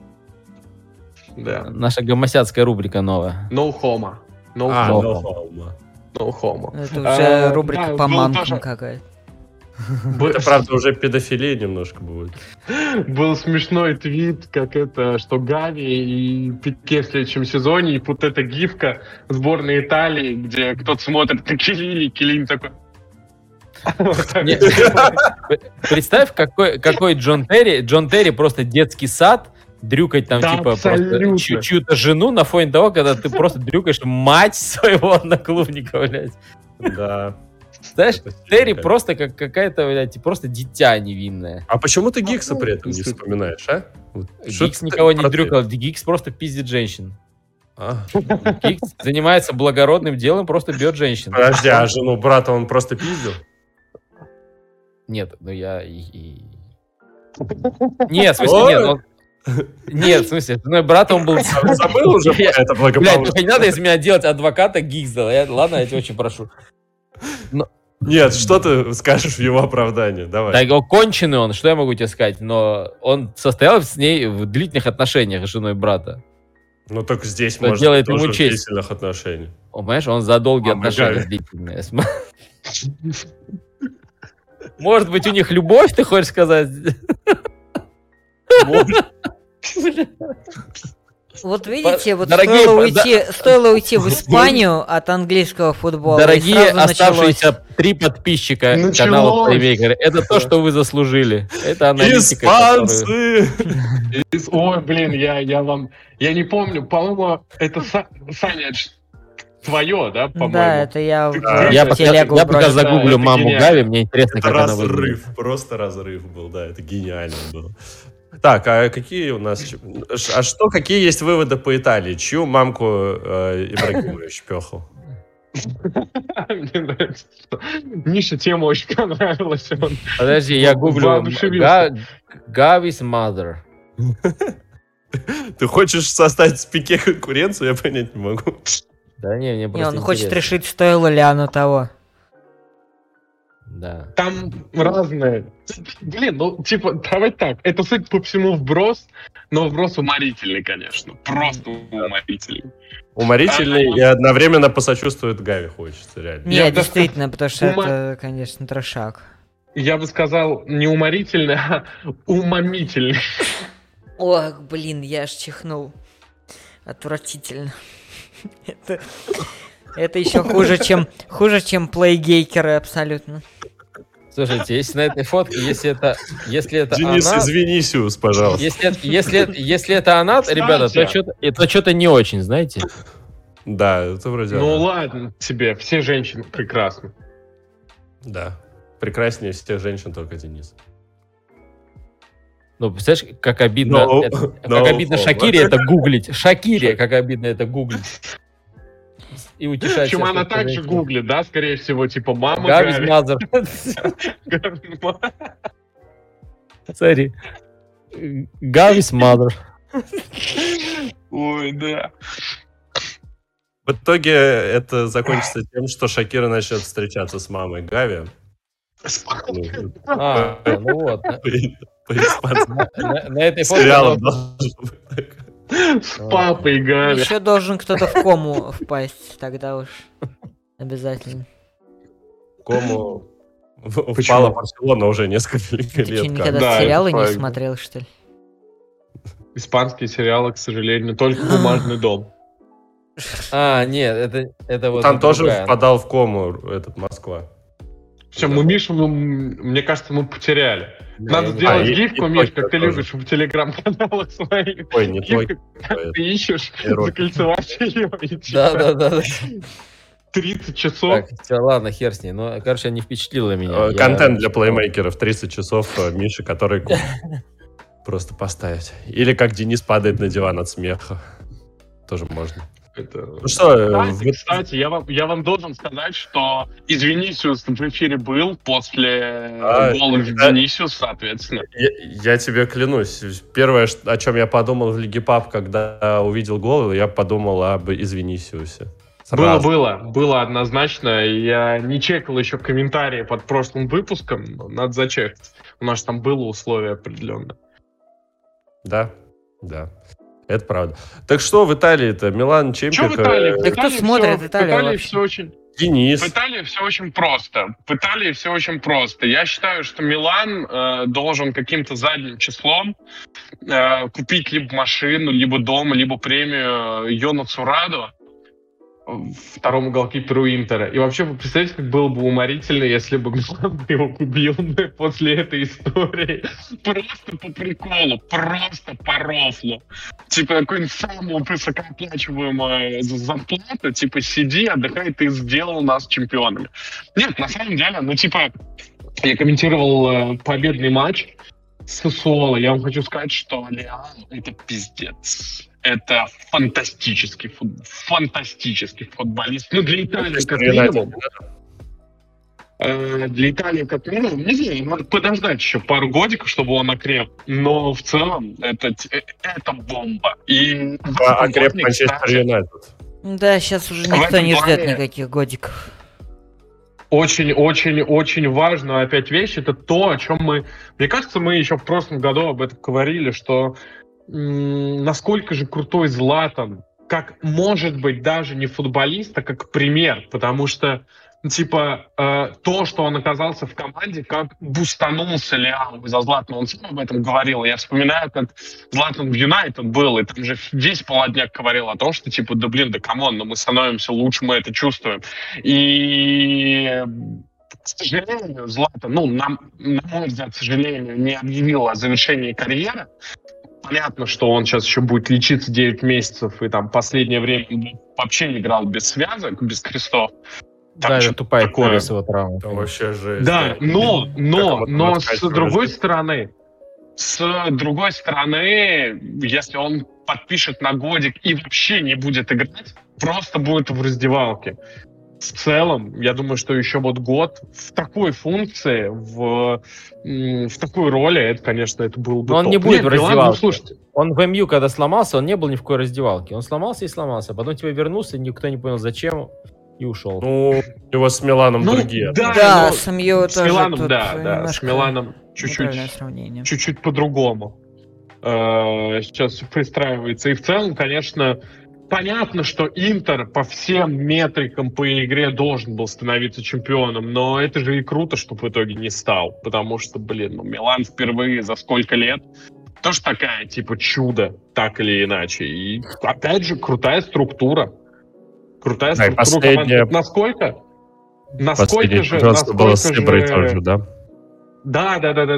Да. Наша гомосядская рубрика новая. No homo. No А, homo. no homo. No homo. Это уже рубрика да, по был манкам тоже- какая-то. Это, правда, уже педофилия немножко будет. Был смешной твит, как это, что Гави и Пике в следующем сезоне, и вот эта гифка сборной Италии, где кто-то смотрит на Келлини, Келлини такой... Вот так. Не, Представь, какой Джон Терри. Джон Терри просто детский сад, дрюкать там, Да, типа, просто абсолютно. чью-то жену на фоне того, когда ты просто дрюкаешь мать своего одноклубника, блядь. Да. Знаешь, Это Терри сильно. просто как какая-то, блядь, просто дитя невинное. А почему ты Гиггса при этом не вспоминаешь, а? Вот что Гиггс ты никого не про дрюкал, Гиггс просто пиздит женщин. А. Гиггс занимается благородным делом, просто бьет женщин. Подожди, а жену брата он просто пиздил? Нет, ну я Нет, в смысле, нет, он... Нет, в смысле, с женой брата он был... Забыл уже про это Блядь, благополучие? только не надо из меня делать адвоката Гиггса. Ладно, я тебя очень прошу. Нет, что ты скажешь в его оправдании? Давай. Да, его конченый он, что я могу тебе сказать? Но он состоял с ней в длительных отношениях с женой брата. Ну, только здесь, Что может, делает тоже ему в честь. длительных отношениях. Он, понимаешь, он за долгие Мама отношения Галя. длительные. Может быть, у них любовь, ты хочешь сказать? Вот видите, вот Дорогие стоило уйти в Испанию от английского футбола. и Дорогие сразу оставшиеся 3 подписчика Началось. канала Playmaker, это то, что вы заслужили. Это аналитика, которую... Испанцы! Ой, блин, я не помню, по-моему, это Саня, это ж твое, да, по-моему? Да, это я Да. Я в пока, телегу я пока бросил. загуглю это маму гениально. Гави, мне интересно, Это как она выглядит. разрыв, просто разрыв был, да, это гениально было. Так, а какие у нас... какие есть выводы по Италии? Чью мамку Ибрагимович пехал? Мне нравится, что Мише тема очень понравилась. Он Подожди, я гуглю воодушевился. Gavi's mother. Ты хочешь составить с Пике конкуренцию? Я понять не могу. Да не, мне Не, просто он хочет интересно. решить, стоило ли оно того. Да. Там разные. Блин, ну, типа, давай так. Это, судя по всему, вброс, но вброс уморительный, конечно. Просто уморительный. Уморительный и одновременно посочувствует Гави хочется, реально. Не, Я действительно, потому что ума- это, конечно, трешак. Я бы сказал, не уморительный, а умомительный. Ох, блин, я аж чихнул. Отвратительно. Это еще хуже, чем плейгейкеры абсолютно. Слушайте, если на этой фотке, если это Денис, она, извинись, пожалуйста. если это она, ребята, то что-то не очень, знаете? Да, это вроде Ну она. ладно тебе, все женщины прекрасны. Да. Прекраснее всех женщин только Денис. Ну, представляешь, как обидно, No, как no обидно homo. Шакире это гуглить. Шакире, как обидно это гуглить. И утешать Причем себя, она что это также женщина. гуглит, да, скорее всего, типа мама Gavi's Гави. mother. Смотри. Gavi's mother. Ой, да. В итоге это закончится тем, что Шакира начнет встречаться с мамой Гави. Ну, Ну вот. по-испански. На этой фотке Сериалом она- должен быть так. С папой Гави. Еще должен кто-то в кому впасть, тогда уж обязательно. Кому Почему? впала Барселона уже несколько Ты что, лет. как. никогда Да, сериалы это не правильно. смотрел, что ли? Испанские сериалы, к сожалению, только «Бумажный дом». Нет, это вот... Там тоже другая. впадал в кому этот Москва. Все, мы Мишу, мне кажется, мы потеряли. Да, Надо я не сделать и- гифку, и Миш, точно как ты тоже. любишь в телеграм-каналах своих. Ой, не твой. Гифку, как ты ищешь, Эротик. закольцевать ее. и Да. 30 часов. Так, все, ладно, хер с ней. Ну, короче, не впечатлила меня. Я- Контент для плеймейкеров. 30 часов Миши, который просто поставить. Или как Денис падает на диван от смеха. Тоже можно. Это- Ну что, Кстати, я вам должен сказать, что из Винисиус в эфире был после гола да. Винисиус, соответственно. я тебе клянусь. Первое, о чем я подумал в Лиге Пап, когда увидел гол, я подумал об Извинисиусе. Было однозначно. Я не чекал еще комментарии под прошлым выпуском, но надо зачекать. У нас там было условие определенно. Да. Это правда. Так что в Италии-то? Милан, Что Чемпик, в Италии? Да кто смотрит В Италию Италии вообще? все очень... Денис. В Италии все очень просто. Я считаю, что Милан должен каким-то задним числом купить либо машину, либо дом, либо премию Йонасу Раду второму голкиперу Интера. И вообще, вы представляете, как было бы уморительно, если бы Милан его убил после этой истории. Просто по приколу, просто по рофлу. Типа, какую-нибудь самую высокооплачиваемую зарплату, типа, сиди, отдыхай, ты сделал нас чемпионами. Нет, на самом деле, ну, типа, я комментировал победный матч с Сассуоло. Я вам хочу сказать, что Леал — это пиздец. Это фантастический футболист. Ну, для Италии как минимум. Для Италии как минимум. Не знаю, надо подождать еще пару годиков, чтобы он окреп. Но в целом это бомба. И окреп Манчестер Юнайтед. Да, сейчас уже никто не ждет никаких годиков. Очень важная опять вещь. Это то, о чем мне кажется, мы еще в прошлом году об этом говорили, что насколько же крутой Златан, как, может быть, даже не футболист, а как пример, потому что, типа, то, что он оказался в команде, как бустанулся Леал из-за Златана, он сам об этом говорил. Я вспоминаю, как Златан в Юнайтед был, и там же весь молодняк говорил о том, что, типа, да блин, да камон, но мы становимся лучше, мы это чувствуем. И... К сожалению, Златан, на мой взгляд, к сожалению, не объявил о завершении карьеры. Понятно, что он сейчас еще будет лечиться 9 месяцев, и там последнее время вообще играл без связок, без крестов. Там да, это тупая колес его травма. Вообще жесть. Да, но с другой стороны, если он подпишет на годик и вообще не будет играть, просто будет в раздевалке. В целом, я думаю, что еще вот год в такой функции, в такой роли, это, конечно, это было бы. Но он топ. не будет в раздевалке. Слушайте. Он в МЮ, когда сломался, он не был ни в какой раздевалке. Он сломался и сломался. Потом тебе вернулся, никто не понял, зачем, и ушел. Ну, у него с Миланом другие. Да, с МЮ тоже. С Миланом, да, с Миланом чуть-чуть по-другому. Сейчас пристраивается. И в целом, конечно, понятно, что Интер по всем метрикам по игре должен был становиться чемпионом, но это же и круто, что в итоге не стал, потому что, Милан впервые за сколько лет тоже такая, типа, чудо, так или иначе. И, опять же, крутая структура. Крутая структура команды. Насколько же... было с Иброй тоже, да? Да.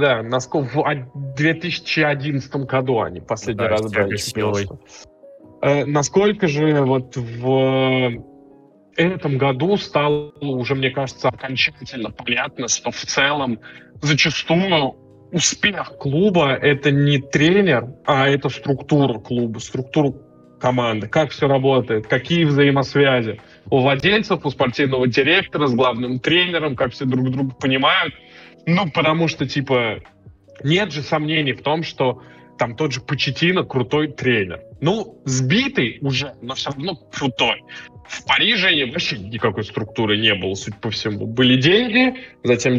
В 2011 году они последний раз брали чемпионство. Насколько же вот в этом году стало уже, мне кажется, окончательно понятно, что в целом зачастую успех клуба — это не тренер, а это структура клуба, структура команды, как все работает, какие взаимосвязи у владельцев, у спортивного директора с главным тренером, как все друг друга понимают. Потому что, типа, нет же сомнений в том, что там тот же Почеттино крутой тренер. Сбитый уже, но все равно крутой. В Париже вообще никакой структуры не было, судя по всему. Были деньги, затем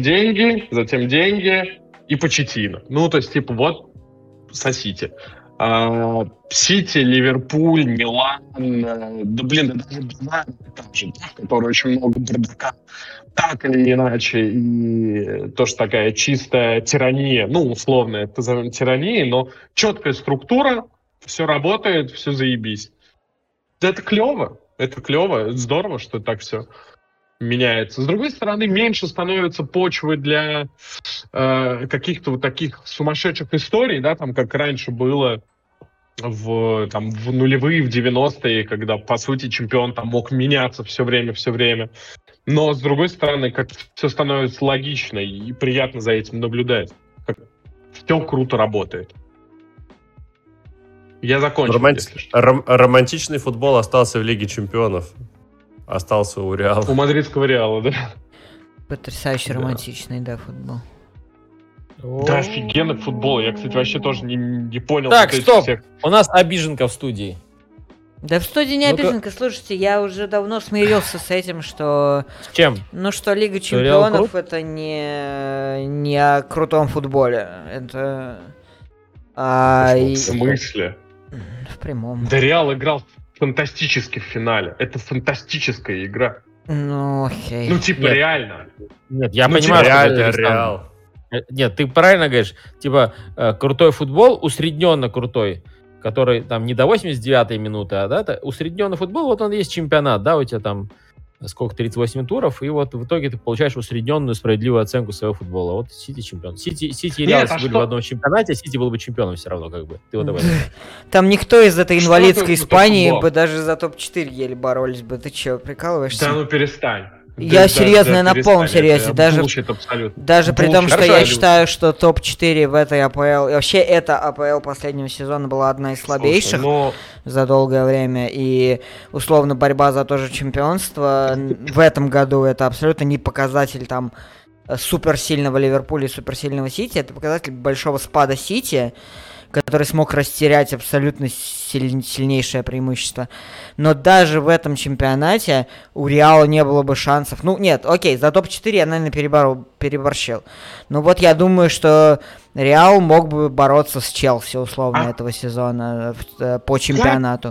деньги и Почеттино. То есть, типа, вот сосите. Сити, Ливерпуль, Милан, даже Бавария там же, который очень много бардака. Так или иначе, и тоже такая чистая тирания, условно это назовем тиранией, но четкая структура, все работает, все заебись. Это клево, это здорово, что так все меняется. С другой стороны, меньше становится почвы для каких-то вот таких сумасшедших историй, да, там как раньше было в нулевые, в 90-е, когда, по сути, чемпион там мог меняться все время. Но, с другой стороны, как все становится логично и приятно за этим наблюдать. Как все круто работает. Я закончил. Романтичный футбол остался в Лиге чемпионов. Остался у Реала. У мадридского Реала, да. Потрясающе романтичный, футбол. Да, офигенный футбол. Я, кстати, вообще тоже не понял. Так, стоп! У нас обиженка в студии. Да в студии не обиженка, слушайте, я уже давно смирился с этим, что... С чем? Что Лига Чемпионов это не о крутом футболе. Это... В смысле? В прямом. Да Реал играл фантастически в финале. Это фантастическая игра. Окей. Реально. Нет, я понимаю, реально Реал. Нет, ты правильно говоришь. Типа, крутой футбол, усредненно крутой. который там не до 89-й минуты, а да, усредненный футбол, вот он есть чемпионат, да, у тебя там сколько, 38 туров, и вот в итоге ты получаешь усредненную справедливую оценку своего футбола. Вот Сити чемпион. Сити и Реал были в одном чемпионате, а Сити был бы чемпионом все равно, как бы. Ты вот об этом. Там никто из этой инвалидской Испании бы даже за топ-4 еле боролись бы. Ты че, прикалываешься? Да ну перестань. Я серьезно, я на полном серьезе. Даже при том, что я считаю, что топ-4 в этой АПЛ... И вообще, эта АПЛ последнего сезона была одна из слабейших за долгое время. И, условно, борьба за то же чемпионство в этом году это абсолютно не показатель там суперсильного Ливерпуля и суперсильного Сити. Это показатель большого спада Сити, который смог растерять абсолютно сильнейшее преимущество. Но даже в этом чемпионате у Реала не было бы шансов. Ну, нет, окей, за топ-4 я, наверное, переборщил. Но вот я думаю, что Реал мог бы бороться с Челси, условно, этого сезона по чемпионату.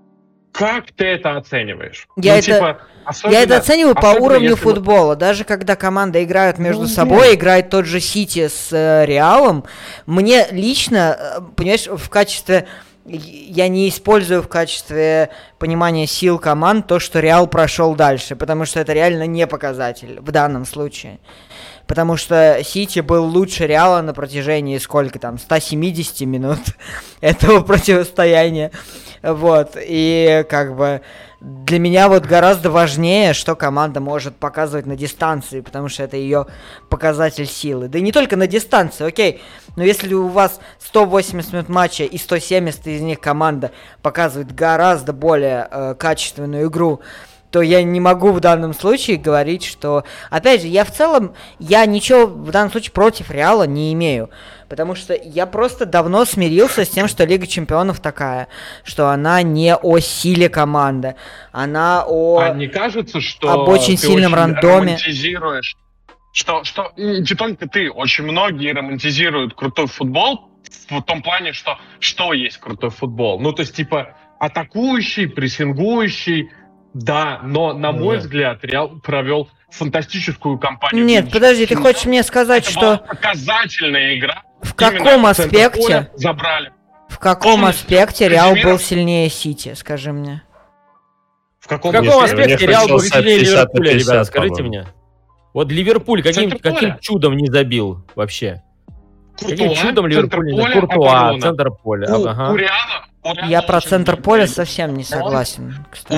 Как ты это оцениваешь? Я это оцениваю по уровню футбола. Даже когда команда играет между собой, играет тот же Сити с Реалом, мне лично, понимаешь, в качестве... Я не использую в качестве понимания сил команд то, что Реал прошел дальше, потому что это реально не показатель в данном случае. Потому что Сити был лучше Реала на протяжении сколько там, 170 минут этого противостояния. Вот, и как бы для меня вот гораздо важнее, что команда может показывать на дистанции, потому что это ее показатель силы. Да и не только на дистанции, окей, но если у вас 180 минут матча и 170 из них команда показывает гораздо более качественную игру, то я не могу в данном случае говорить, что... Опять же, я ничего в данном случае против Реала не имею. Потому что я просто давно смирился с тем, что Лига Чемпионов такая. Что она не о силе команды. Она не кажется, что об очень сильном рандоме. Что не только ты, очень многие романтизируют крутой футбол в том плане, что есть крутой футбол. Ну, то есть, типа, атакующий, прессингующий. Да, но, на мой взгляд, Реал провел фантастическую кампанию. Нет, подожди, ты хочешь мне сказать, это что... была показательная игра. В каком аспекте? Забрали. В каком аспекте Реал был сильнее Сити, скажи мне? В каком аспекте Реал был сильнее Ливерпуля, ребята, скажите мне. Вот Ливерпуль каким чудом не забил вообще? Каким чудом Ливерпуль не забил? Куртуа, центр поля. У Реала... Я про центр поля совсем не согласен, кстати.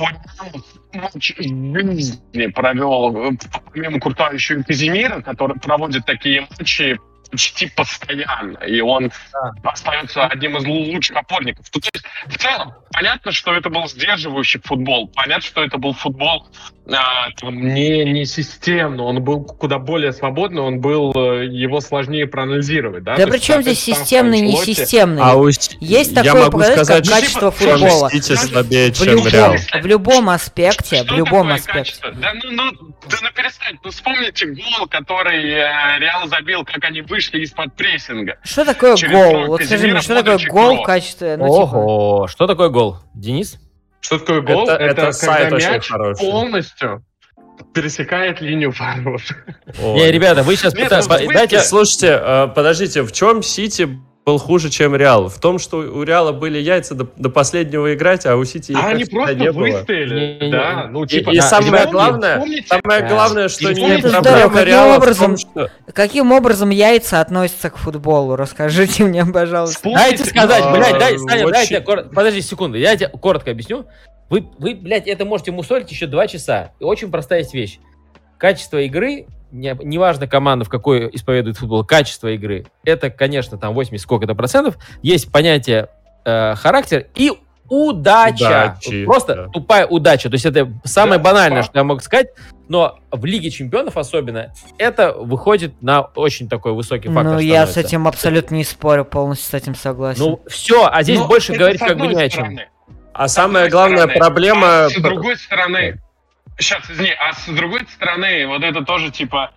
Жизни провел, помимо Куртуа, еще и Казимира, который проводит такие матчи почти постоянно, и он остается одним из лучших опорников. То есть, в целом, понятно, что это был сдерживающий футбол, понятно, что это был футбол не системный, он был куда более свободный, его сложнее проанализировать. Да, при чем здесь системный, не системный? Есть такое показать, как качество футбола. В любом аспекте, Да перестань, вспомните гол, который Реал забил, как они вышли из-под прессинга. Что такое гол? Вот скажи мне, что такое гол в качестве... Ого, что такое гол? Денис? Что такое гол? Это сайт когда мяч хороший. Полностью пересекает линию ворот. Не, ребята, вы сейчас пытаетесь... Слушайте, подождите, в чем Сити был хуже, чем Реал? В том, что у Реала были яйца до последнего играть, а у Сити их они просто не было. Выстояли. Да, ну типа... И самое главное, что не проблема Реала в том, что... Каким образом яйца относятся к футболу? Расскажите мне, пожалуйста. Дайте сказать, блядь, Саня, дайте... Подожди секунду, я тебе коротко объясню. Вы, блядь, это можете мусолить еще 2 часа. И очень простая есть вещь. Качество игры, неважно команда, в какой исповедует футбол, качество игры, это, конечно, там 80 сколько-то процентов. Есть понятие характер и удача. Просто тупая удача. То есть это самое банальное, что я могу сказать. Но в Лиге Чемпионов особенно это выходит на очень такой высокий фактор. Ну, я с этим абсолютно не спорю, полностью с этим согласен. Ну, все, а здесь больше говорить как бы не о чем. А самая главная проблема... С другой стороны... Сейчас, извини, а с другой стороны, вот это тоже типа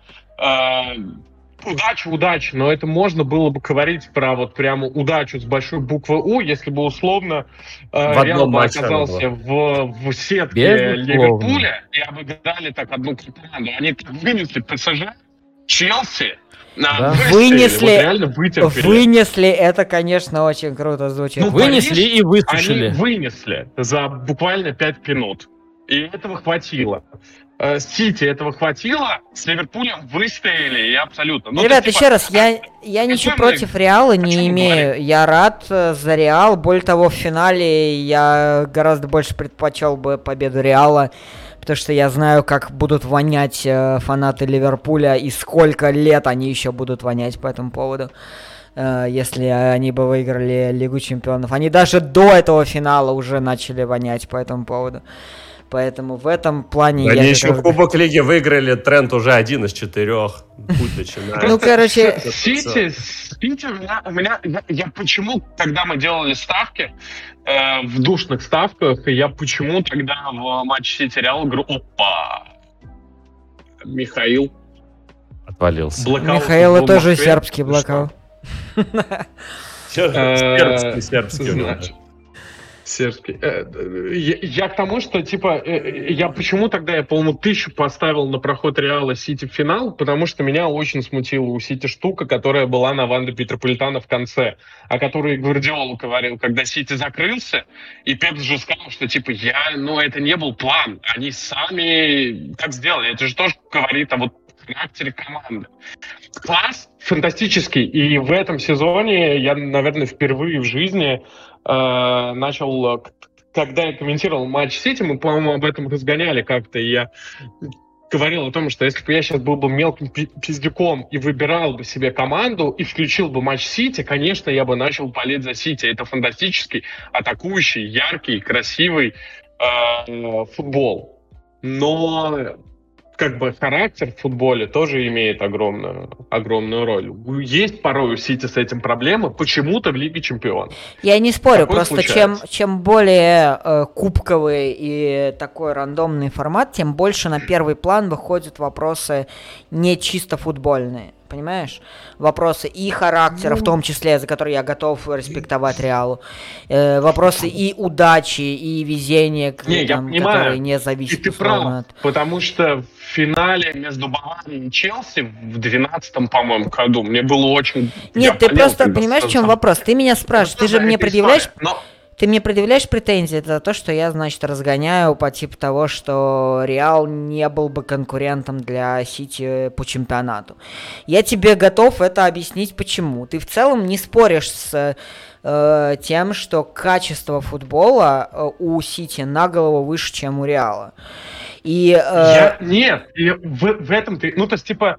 удача, но это можно было бы говорить про вот прямо удачу с большой буквы У, если бы условно Реал бы оказался в сетке Ливерпуля и обыграли так одну команду. Они вынесли ПСЖ, Челси Да. Вынесли, вот реально вытерпели. вынесли, это, конечно, очень круто звучит. Ну, Вынесли Париж, и высушили. Они вынесли за буквально 5 минут. И этого хватило. Сити этого хватило, с Ливерпулем выстояли и абсолютно. Ну, Ребят, то есть, еще раз, я ничего против Реала не почему имею. говорить? Я рад за Реал. Более того, в финале я гораздо больше предпочел бы победу Реала, потому что я знаю, как будут вонять фанаты Ливерпуля и сколько лет они еще будут вонять по этому поводу, если они бы выиграли Лигу Чемпионов. Они даже до этого финала уже начали вонять по этому поводу. Поэтому в этом плане Они я как еще раз- Кубок Лиги выиграли, тренд уже 1 из 4. Путь начинается. Ну, короче, Сити у меня я почему, когда мы делали ставки, в душных ставках, я почему тогда в матче Сити Реал говорю, опа, Михаил. Отвалился. Блэкаут Михаила в тоже Москве. сербский Ну блокаут. Сербский. Значит, сербский. Я к тому, что, типа, я почему тогда, я, по-моему, 1000 поставил на проход Реала Сити в финал, потому что меня очень смутила у Сити штука, которая была на Ванда Петрополитано в конце, о которой Гвардиола говорил, когда Сити закрылся, и Пеп же сказал, что, типа, это не был план, они сами так сделали, это же тоже говорит о характере команды. Класс фантастический, и в этом сезоне я, наверное, впервые в жизни начал, когда я комментировал матч Сити, мы, по-моему, об этом разгоняли как-то, и я говорил о том, что если бы я сейчас был бы мелким пиздюком и выбирал бы себе команду и включил бы матч Сити, конечно, я бы начал болеть за Сити. Это фантастический, атакующий, яркий, красивый футбол. Но характер в футболе тоже имеет огромную роль. Есть порой у Сити с этим проблемы, почему-то в Лиге Чемпионов. Я не спорю, Такое просто случается. чем более кубковый и такой рандомный формат, тем больше на первый план выходят вопросы не чисто футбольные. Понимаешь? Вопросы и характера, в том числе, за которые я готов респектовать Реалу. Вопросы и удачи, и везения, Я понимаю, которые не и зависят ты условно прав, от... потому что в финале между Баварией и Челси в 12-м, по-моему, году мне было очень... Нет, ты просто понимаешь, в чем вопрос? Ты меня спрашиваешь, ты же мне предъявляешь... Ты мне предъявляешь претензии за то, что я, значит, разгоняю по типу того, что Реал не был бы конкурентом для Сити по чемпионату. Я тебе готов это объяснить, почему. Ты в целом не споришь с тем, что качество футбола у Сити на голову выше, чем у Реала. Нет, и в этом ты... Ну, то есть, типа,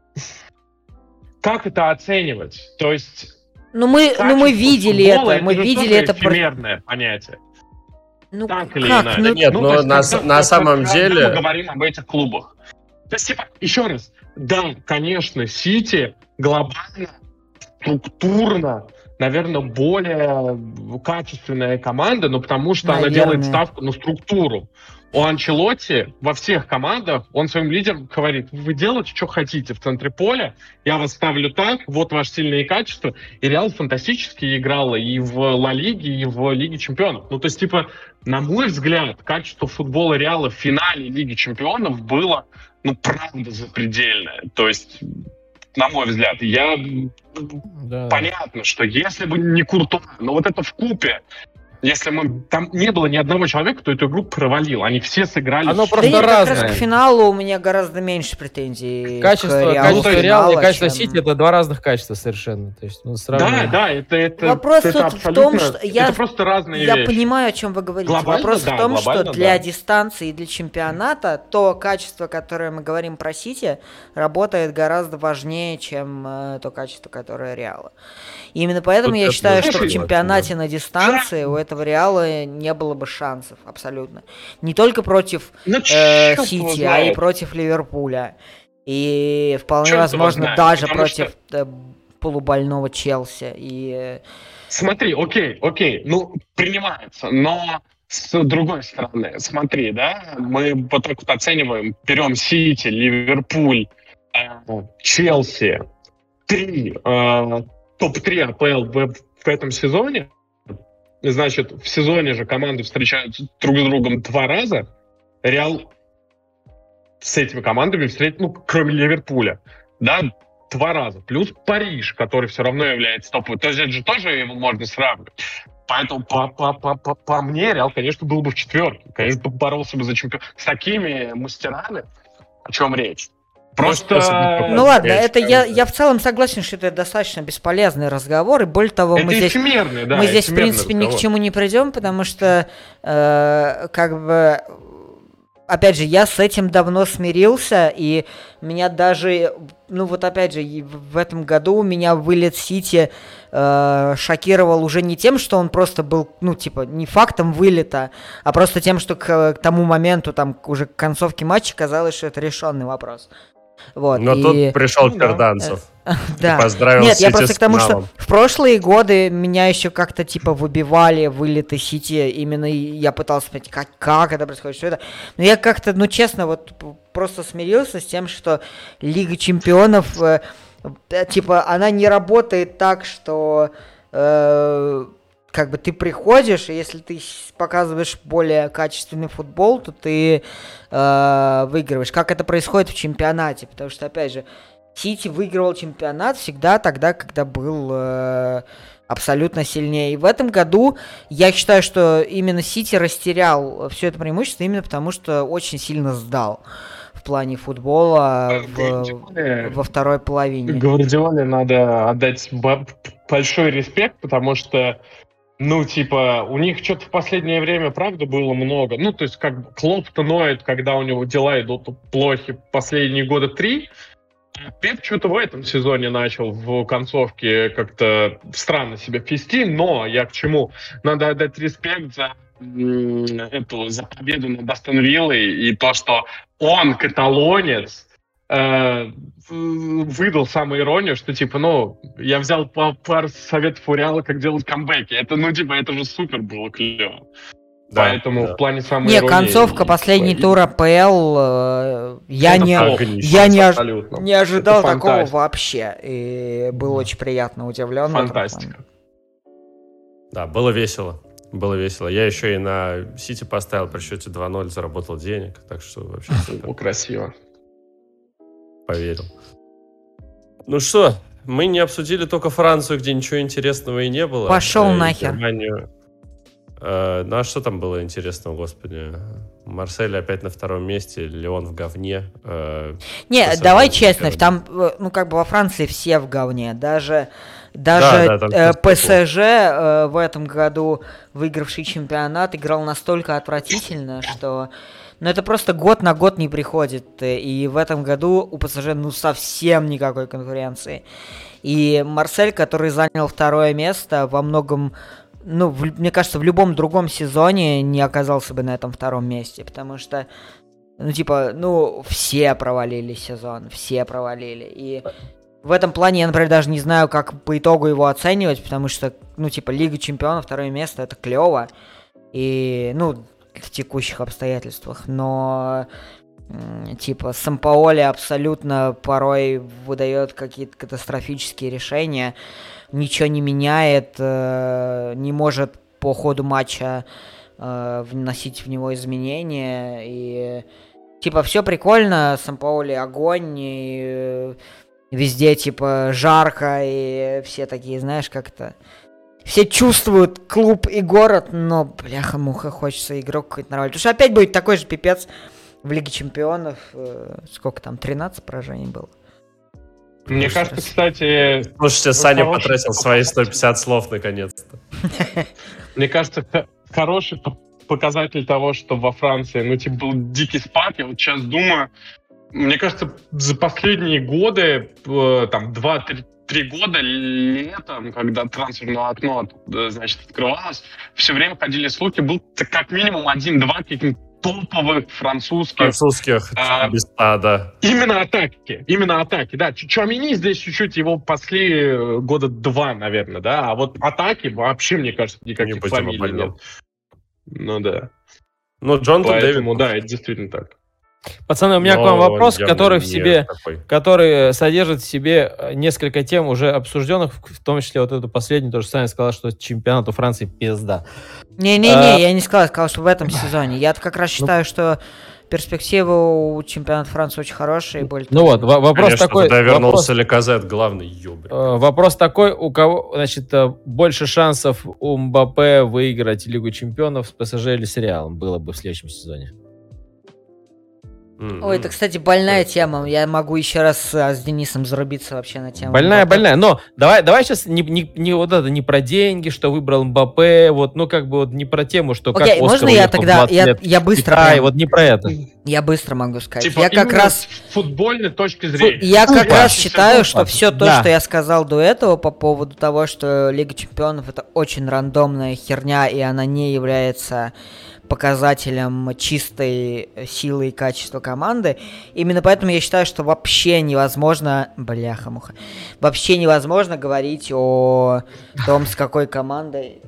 как это оценивать? То есть... мы видели футбола, это, мы же видели тоже это... эфемерное понятие. Так или как? иначе. Да нет, но то есть, на самом когда деле... мы говорим об этих клубах. То есть, типа, еще раз, да, конечно, Сити глобально, структурно, наверное, более качественная команда, но потому что она делает ставку на структуру. У Анчелотти во всех командах, он своим лидерам говорит, вы делаете, что хотите в центре поля, я вас ставлю так, вот ваши сильные качества. И Реал фантастически играла и в Ла Лиге, и в Лиге Чемпионов. Ну, то есть, типа, на мой взгляд, качество футбола Реала в финале Лиги Чемпионов было, правда, запредельное. То есть, на мой взгляд, понятно, что если бы не Куртуа, но вот это вкупе, если там не было ни одного человека, кто эту игру провалил. Они все сыграли. Оно просто как разное. раз к финалу у меня гораздо меньше претензий. Качество Реала и качество Сити — это два разных качества совершенно. То есть, да, это вопрос это тут в том, что это просто разные вещи. Я понимаю, о чем вы говорите. Глобально, Вопрос в том, что для да. дистанции и для чемпионата то качество, которое мы говорим про Сити, работает гораздо важнее, чем то качество, которое Реала. И именно поэтому я считаю, что в чемпионате на дистанции у этого Реала не было бы шансов абсолютно. Не только против Сити, а и против Ливерпуля. И вполне возможно даже против полубольного Челси. И... Смотри, окей, принимается, но с другой стороны, смотри, да, мы вот так вот оцениваем, берем Сити, Ливерпуль, Челси, топ-3 АПЛ в этом сезоне. Значит, в сезоне же команды встречаются друг с другом 2 раза. Реал с этими командами встретил, кроме Ливерпуля, да, 2 раза. Плюс Париж, который все равно является топовым. То есть это же тоже его можно сравнивать. Поэтому по мне Реал, конечно, был бы в 4. Конечно, боролся бы за чемпион. С такими мастерами, о чем речь? Просто... Ну ладно, это я в целом согласен, что это достаточно бесполезный разговор, и более того, это мы здесь, в принципе, ни к чему не придем, потому что, как бы, опять же, я с этим давно смирился, и меня даже, ну вот опять же, в этом году меня вылет Сити шокировал уже не тем, что он просто был, ну типа, не фактом вылета, а просто тем, что к тому моменту, там, уже к концовке матча казалось, что это решенный вопрос. Вот, но тут пришел Черданцев. Да. Поздравил Нет, Сити я просто с к тому, что финалом. в прошлые годы меня еще как-то типа выбивали вылеты Сити, именно я пытался понять, как это происходит, что это. Но я как-то, ну честно, вот просто смирился с тем, что Лига Чемпионов, типа, она не работает так, что как бы ты приходишь, и если ты показываешь более качественный футбол, то ты выигрываешь. Как это происходит в чемпионате? Потому что, опять же, Сити выигрывал чемпионат всегда тогда, когда был абсолютно сильнее. И в этом году я считаю, что именно Сити растерял все это преимущество именно потому, что очень сильно сдал в плане футбола во второй половине. Гвардиоле надо отдать большой респект, потому что, ну, типа, у них что-то в последнее время, правда, было много. Ну, то есть, как бы, Клоп-то ноет, когда у него дела идут плохи последние года 3. Пеп что-то в этом сезоне начал в концовке как-то странно себя вести, но я к чему? Надо отдать респект за победу над Астон Виллой и то, что он, каталонец, выдал самоиронию, что типа, ну, я взял пару советов у Реала, как делать камбэки. Это, ну, типа, это же супер было клево. Да, поэтому в плане самоиронии... Не, концовка последний тур АПЛ, я не ожидал такого вообще. И был очень приятно удивлен. Фантастика. Да, было весело. Было весело. Я еще и на Сити поставил при счете 2-0, заработал денег. Так что вообще... Красиво. Поверил. Ну что, мы не обсудили только Францию, где ничего интересного и не было. Пошел нахер. Германию. Ну а что там было интересного, господи? Марсель опять на втором месте, Лион в говне. Не, давай честно, там, ну как бы во Франции все в говне. Даже ПСЖ в этом году, выигравший чемпионат, играл настолько отвратительно, что... Ну это просто год на год не приходит. И в этом году у ПСЖ ну совсем никакой конкуренции. И Марсель, который занял второе место, во многом... Ну, мне кажется, в любом другом сезоне не оказался бы на этом втором месте, потому что, ну, типа, ну, все провалили сезон, все провалили, и в этом плане я, например, даже не знаю, как по итогу его оценивать, потому что, ну, типа, Лига Чемпионов, второе место, это клево, и, ну, в текущих обстоятельствах, но... Типа, Сампаоли абсолютно порой выдает какие-то катастрофические решения, ничего не меняет, не может по ходу матча вносить в него изменения. И типа, все прикольно, Сампаоли огонь, и везде, типа, жарко, и все такие, знаешь, как-то... Все чувствуют клуб и город, но, бляха-муха, хочется игрок какой-то нормальный. Потому что опять будет такой же пипец в Лиге Чемпионов. Сколько там, 13 поражений было? Мне кажется, кстати... Слушайте, Саня потратил свои 150 слов наконец-то. Мне кажется, хороший показатель того, что во Франции, ну, типа, был дикий спад. Я вот сейчас думаю, мне кажется, за последние годы, там, 2-3 года летом, когда трансферное окно, значит, открывалось, все время ходили слухи, был как минимум 1-2 каких-нибудь топовых французских да. Именно атаки, да. Чуамини здесь чуть-чуть его пасли года 2, наверное, да, а вот атаки вообще, мне кажется, никаких фамилий нет. Ну да. Ну, Джон Поэтому, да, это действительно так. Пацаны, у меня к вам вопрос, который содержит в себе несколько тем уже обсужденных, в том числе вот эту последнюю, тоже Саня сказал, что чемпионат у Франции пизда. Не-не-не, я не сказал, что в этом сезоне. Я как раз считаю, что перспективы у чемпионата Франции очень хорошие. Ну вот, вопрос Конечно, такой... Туда вернулся Леказет, главный ёбарь. Вопрос такой, у кого, значит, больше шансов у Мбаппе выиграть Лигу чемпионов с ПСЖ или с Реалом было бы в следующем сезоне? Ой, это, кстати, больная тема. Я могу еще раз с Денисом зарубиться вообще на тему. Больная. Но давай сейчас не вот это, не про деньги, что выбрал Мбаппе, вот, ну как бы вот не про тему, что как Окей, Оскар можно я уехал тогда, 20 лет я в быстро, Китай, вот не про это. я быстро могу сказать. Типа, Я как раз с футбольной точки зрения. Я как Да. раз считаю, что все то, Да. что я сказал до этого по поводу того, что Лига Чемпионов это очень рандомная херня, и она не является показателем чистой силы и качества команды. Именно поэтому я считаю, что вообще невозможно... Бляха-муха. Вообще невозможно говорить о том, с какой командой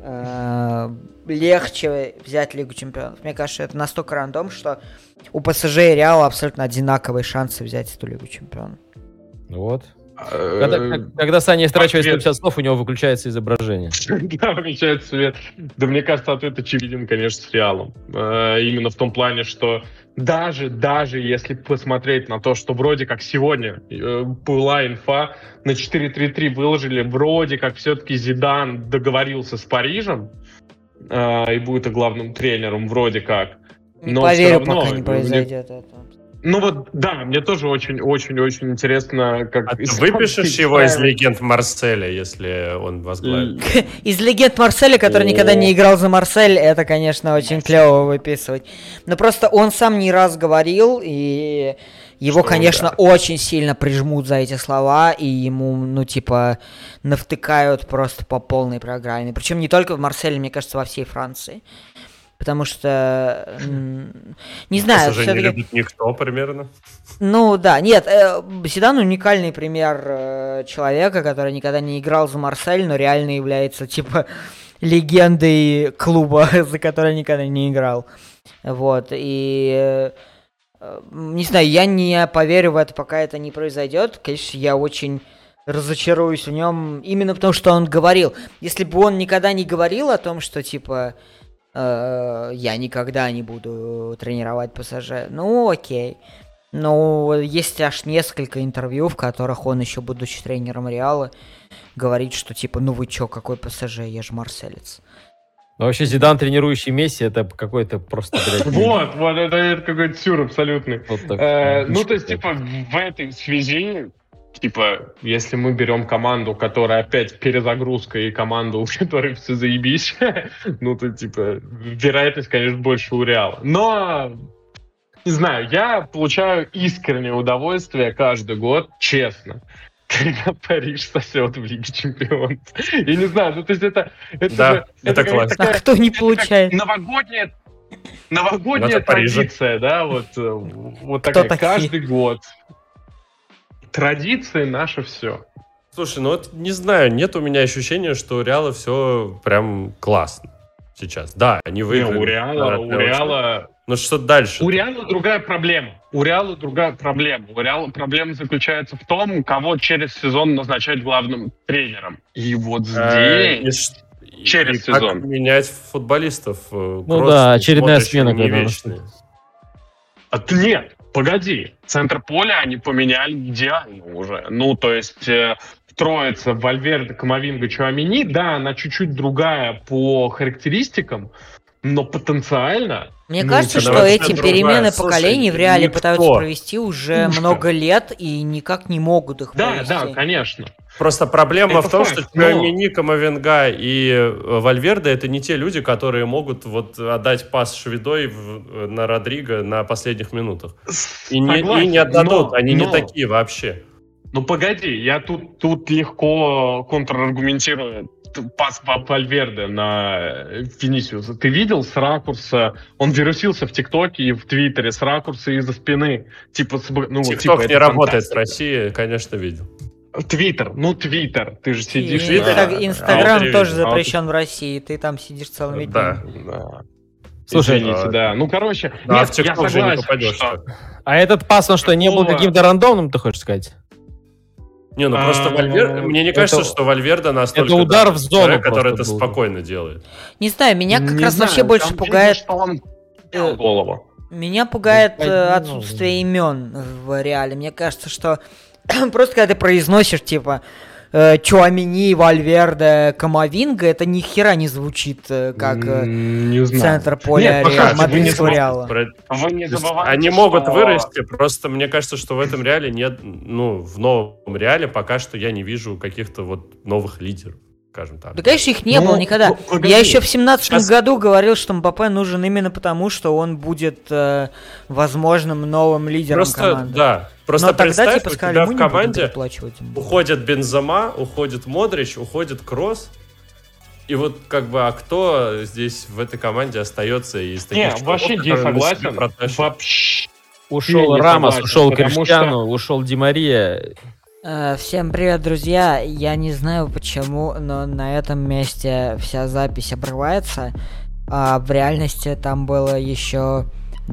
легче взять Лигу Чемпионов. Мне кажется, это настолько рандом, что у ПСЖ и Реала абсолютно одинаковые шансы взять эту Лигу Чемпионов. Вот. Когда Саня истрачивает 150 слов, у него выключается изображение. Да, выключается свет. Да, мне кажется, ответ очевиден, конечно, с Реалом. Именно в том плане, что даже если посмотреть на то, что вроде как сегодня была инфа, на 4-3-3 выложили, вроде как все-таки Зидан договорился с Парижем и будет главным тренером, вроде как. Не Но поверю, всё равно, пока не произойдет это. Ну вот, да, мне тоже очень-очень-очень интересно, как... А ты выпишешь его из легенд Марселя, если он возглавит? Из легенд Марселя, который никогда не играл за Марсель, это, конечно, очень клево выписывать. Но просто он сам не раз говорил, и его, Что, конечно, да. очень сильно прижмут за эти слова, и ему, ну, типа, навтыкают просто по полной программе. Причем не только в Марселе, мне кажется, во всей Франции. Потому что, не знаю, Уже не все-таки... любит никто примерно. Ну да, нет, Зидан уникальный пример человека, который никогда не играл за Марсель, но реально является типа легендой клуба, за который никогда не играл. Вот, и не знаю, я не поверю в это, пока это не произойдет. Конечно, я очень разочаруюсь в нем именно потому, что он говорил. Если бы он никогда не говорил о том, что типа я никогда не буду тренировать ПСЖ, ну окей. Но есть аж несколько интервью, в которых он, еще будучи тренером Реала, говорит, что типа, ну вы чё, какой ПСЖ, я же марселец. Но вообще Зидан, тренирующий Месси, это какой-то просто, блядь... Вот, это какой-то сюр абсолютный. Вот так. Ну, то есть, типа, в этой связи, типа, если мы берем команду, которая опять перезагрузка, и команду, у которой все заебись, ну, то, типа, вероятность, конечно, больше у Реала. Но, не знаю, я получаю искреннее удовольствие каждый год, честно, когда Париж сосет в Лиге Чемпионов. Я не знаю, ну, то есть это Да, же... это классно. А кто не получает? Новогодняя Это Париж. традиция, да, вот Кто такая, такие? каждый год. Традиции наше все. Слушай, ну вот не знаю, нет у меня ощущения, что у Реала все прям классно сейчас. Да, они выиграли. У Реала... Ну что дальше? У Реала другая проблема. У Реала проблема заключается в том, кого через сезон назначать главным тренером. И вот здесь... через как сезон. менять футболистов. Ну да, очередная смена. Не когда вечная. Нет, погоди. Центр поля они поменяли идеально уже. Ну, то есть... Троица Вальверде, Камавинга, Чуамини, да, она чуть-чуть другая по характеристикам, но потенциально... Мне ну, кажется, это что вообще эти другая. перемены Слушай, поколений в Реале никто. пытаются провести уже много лет и никак не могут их Да, провести. да, конечно. Просто проблема Это в том, факт, что но- Чуамини, Камавинга и Вальверде это не те люди, которые могут вот отдать пас Шведой на Родриго на последних минутах. И не отдадут, они не такие вообще. Ну погоди, я тут легко контраргументирую пас Вальверде на Винисиуса. Ты видел с ракурса, он вирусился в ТикТоке и в Твиттере с ракурса из-за спины. Типа, ну, ТикТок это не работает в фантастика. России, конечно, видел. Твиттер, ты же сидишь... И Инстаграм Твиттере тоже видел. запрещен в России, ты там сидишь целыми Да. днями. Да. Слушай, Извините, да. Ну, короче, Да, нет, в я ТикТок же не согласен, попадешь. что... так. А этот пас, он что, не был Какого? каким-то рандомным, ты хочешь сказать? Не, ну просто Вальверде... Мне не кажется, что Вальверде настолько... это удар в зону человек, который это просто был. спокойно делает. Не знаю, меня как Не раз знаю, вообще больше там пугает... видно, что он потерял голову. Меня пугает Да, отсутствие имен в реале. Мне кажется, что просто когда ты произносишь, типа, Чуамини, Вальверде, Камавинга, это ни хера не звучит как Не знаю. центр поля Нет, пока мадридского вы не Реала. Вы не забывайте, Они что- могут вырасти, просто мне кажется, что в этом реале нет, в новом реале пока что я не вижу каких-то вот новых лидеров, скажем так. Да, конечно, их не Ну, было никогда. ну, погоди. Я еще в 17-м Сейчас- году говорил, что Мбаппе нужен именно потому, что он будет возможным новым лидером Просто, команды. да, просто Но тогда, представь, типа, у сказали, тебя мы в не будем команде переплачивать ему. уходит Бензема, уходит Модрич, уходит Кросс. И вот как бы, а кто здесь в этой команде остается из таких Не, чуваков, вообще не которые на себе согласен. протащат? Вообще. Ушел не Рамос, согласен, ушел потому Криштиану, ушел Ди Мария. Всем привет, друзья. Я не знаю почему, но на этом месте вся запись обрывается. А в реальности там было еще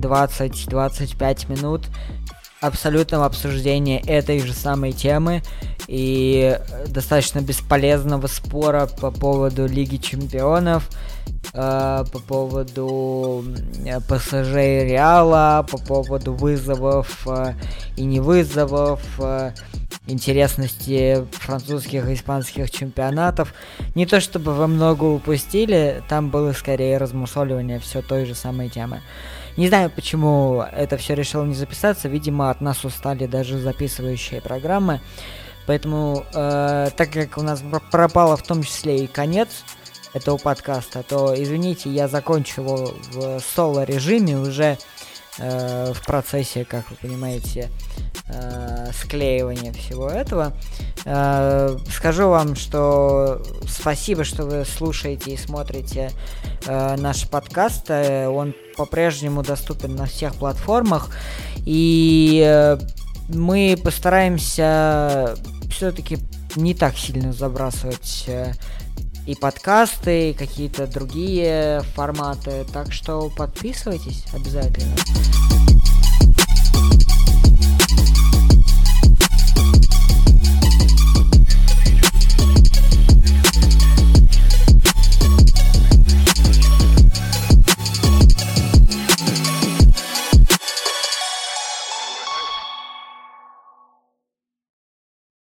20-25 минут абсолютного обсуждения этой же самой темы и достаточно бесполезного спора по поводу Лиги Чемпионов, по поводу ПСЖ и Реала, по поводу вызовов и не вызовов, интересности французских и испанских чемпионатов. Не то чтобы вы много упустили, там было скорее размусоливание все той же самой темы. Не знаю, почему это все решило не записаться. Видимо, от нас устали даже записывающие программы. Поэтому, так как у нас пропало в том числе и конец этого подкаста, то, извините, я закончу его в соло-режиме уже в процессе, как вы понимаете, склеивания всего этого. Скажу вам, что спасибо, что вы слушаете и смотрите наш подкаст. Он по-прежнему доступен на всех платформах. И мы постараемся все-таки не так сильно забрасывать и подкасты, и какие-то другие форматы. Так что подписывайтесь обязательно.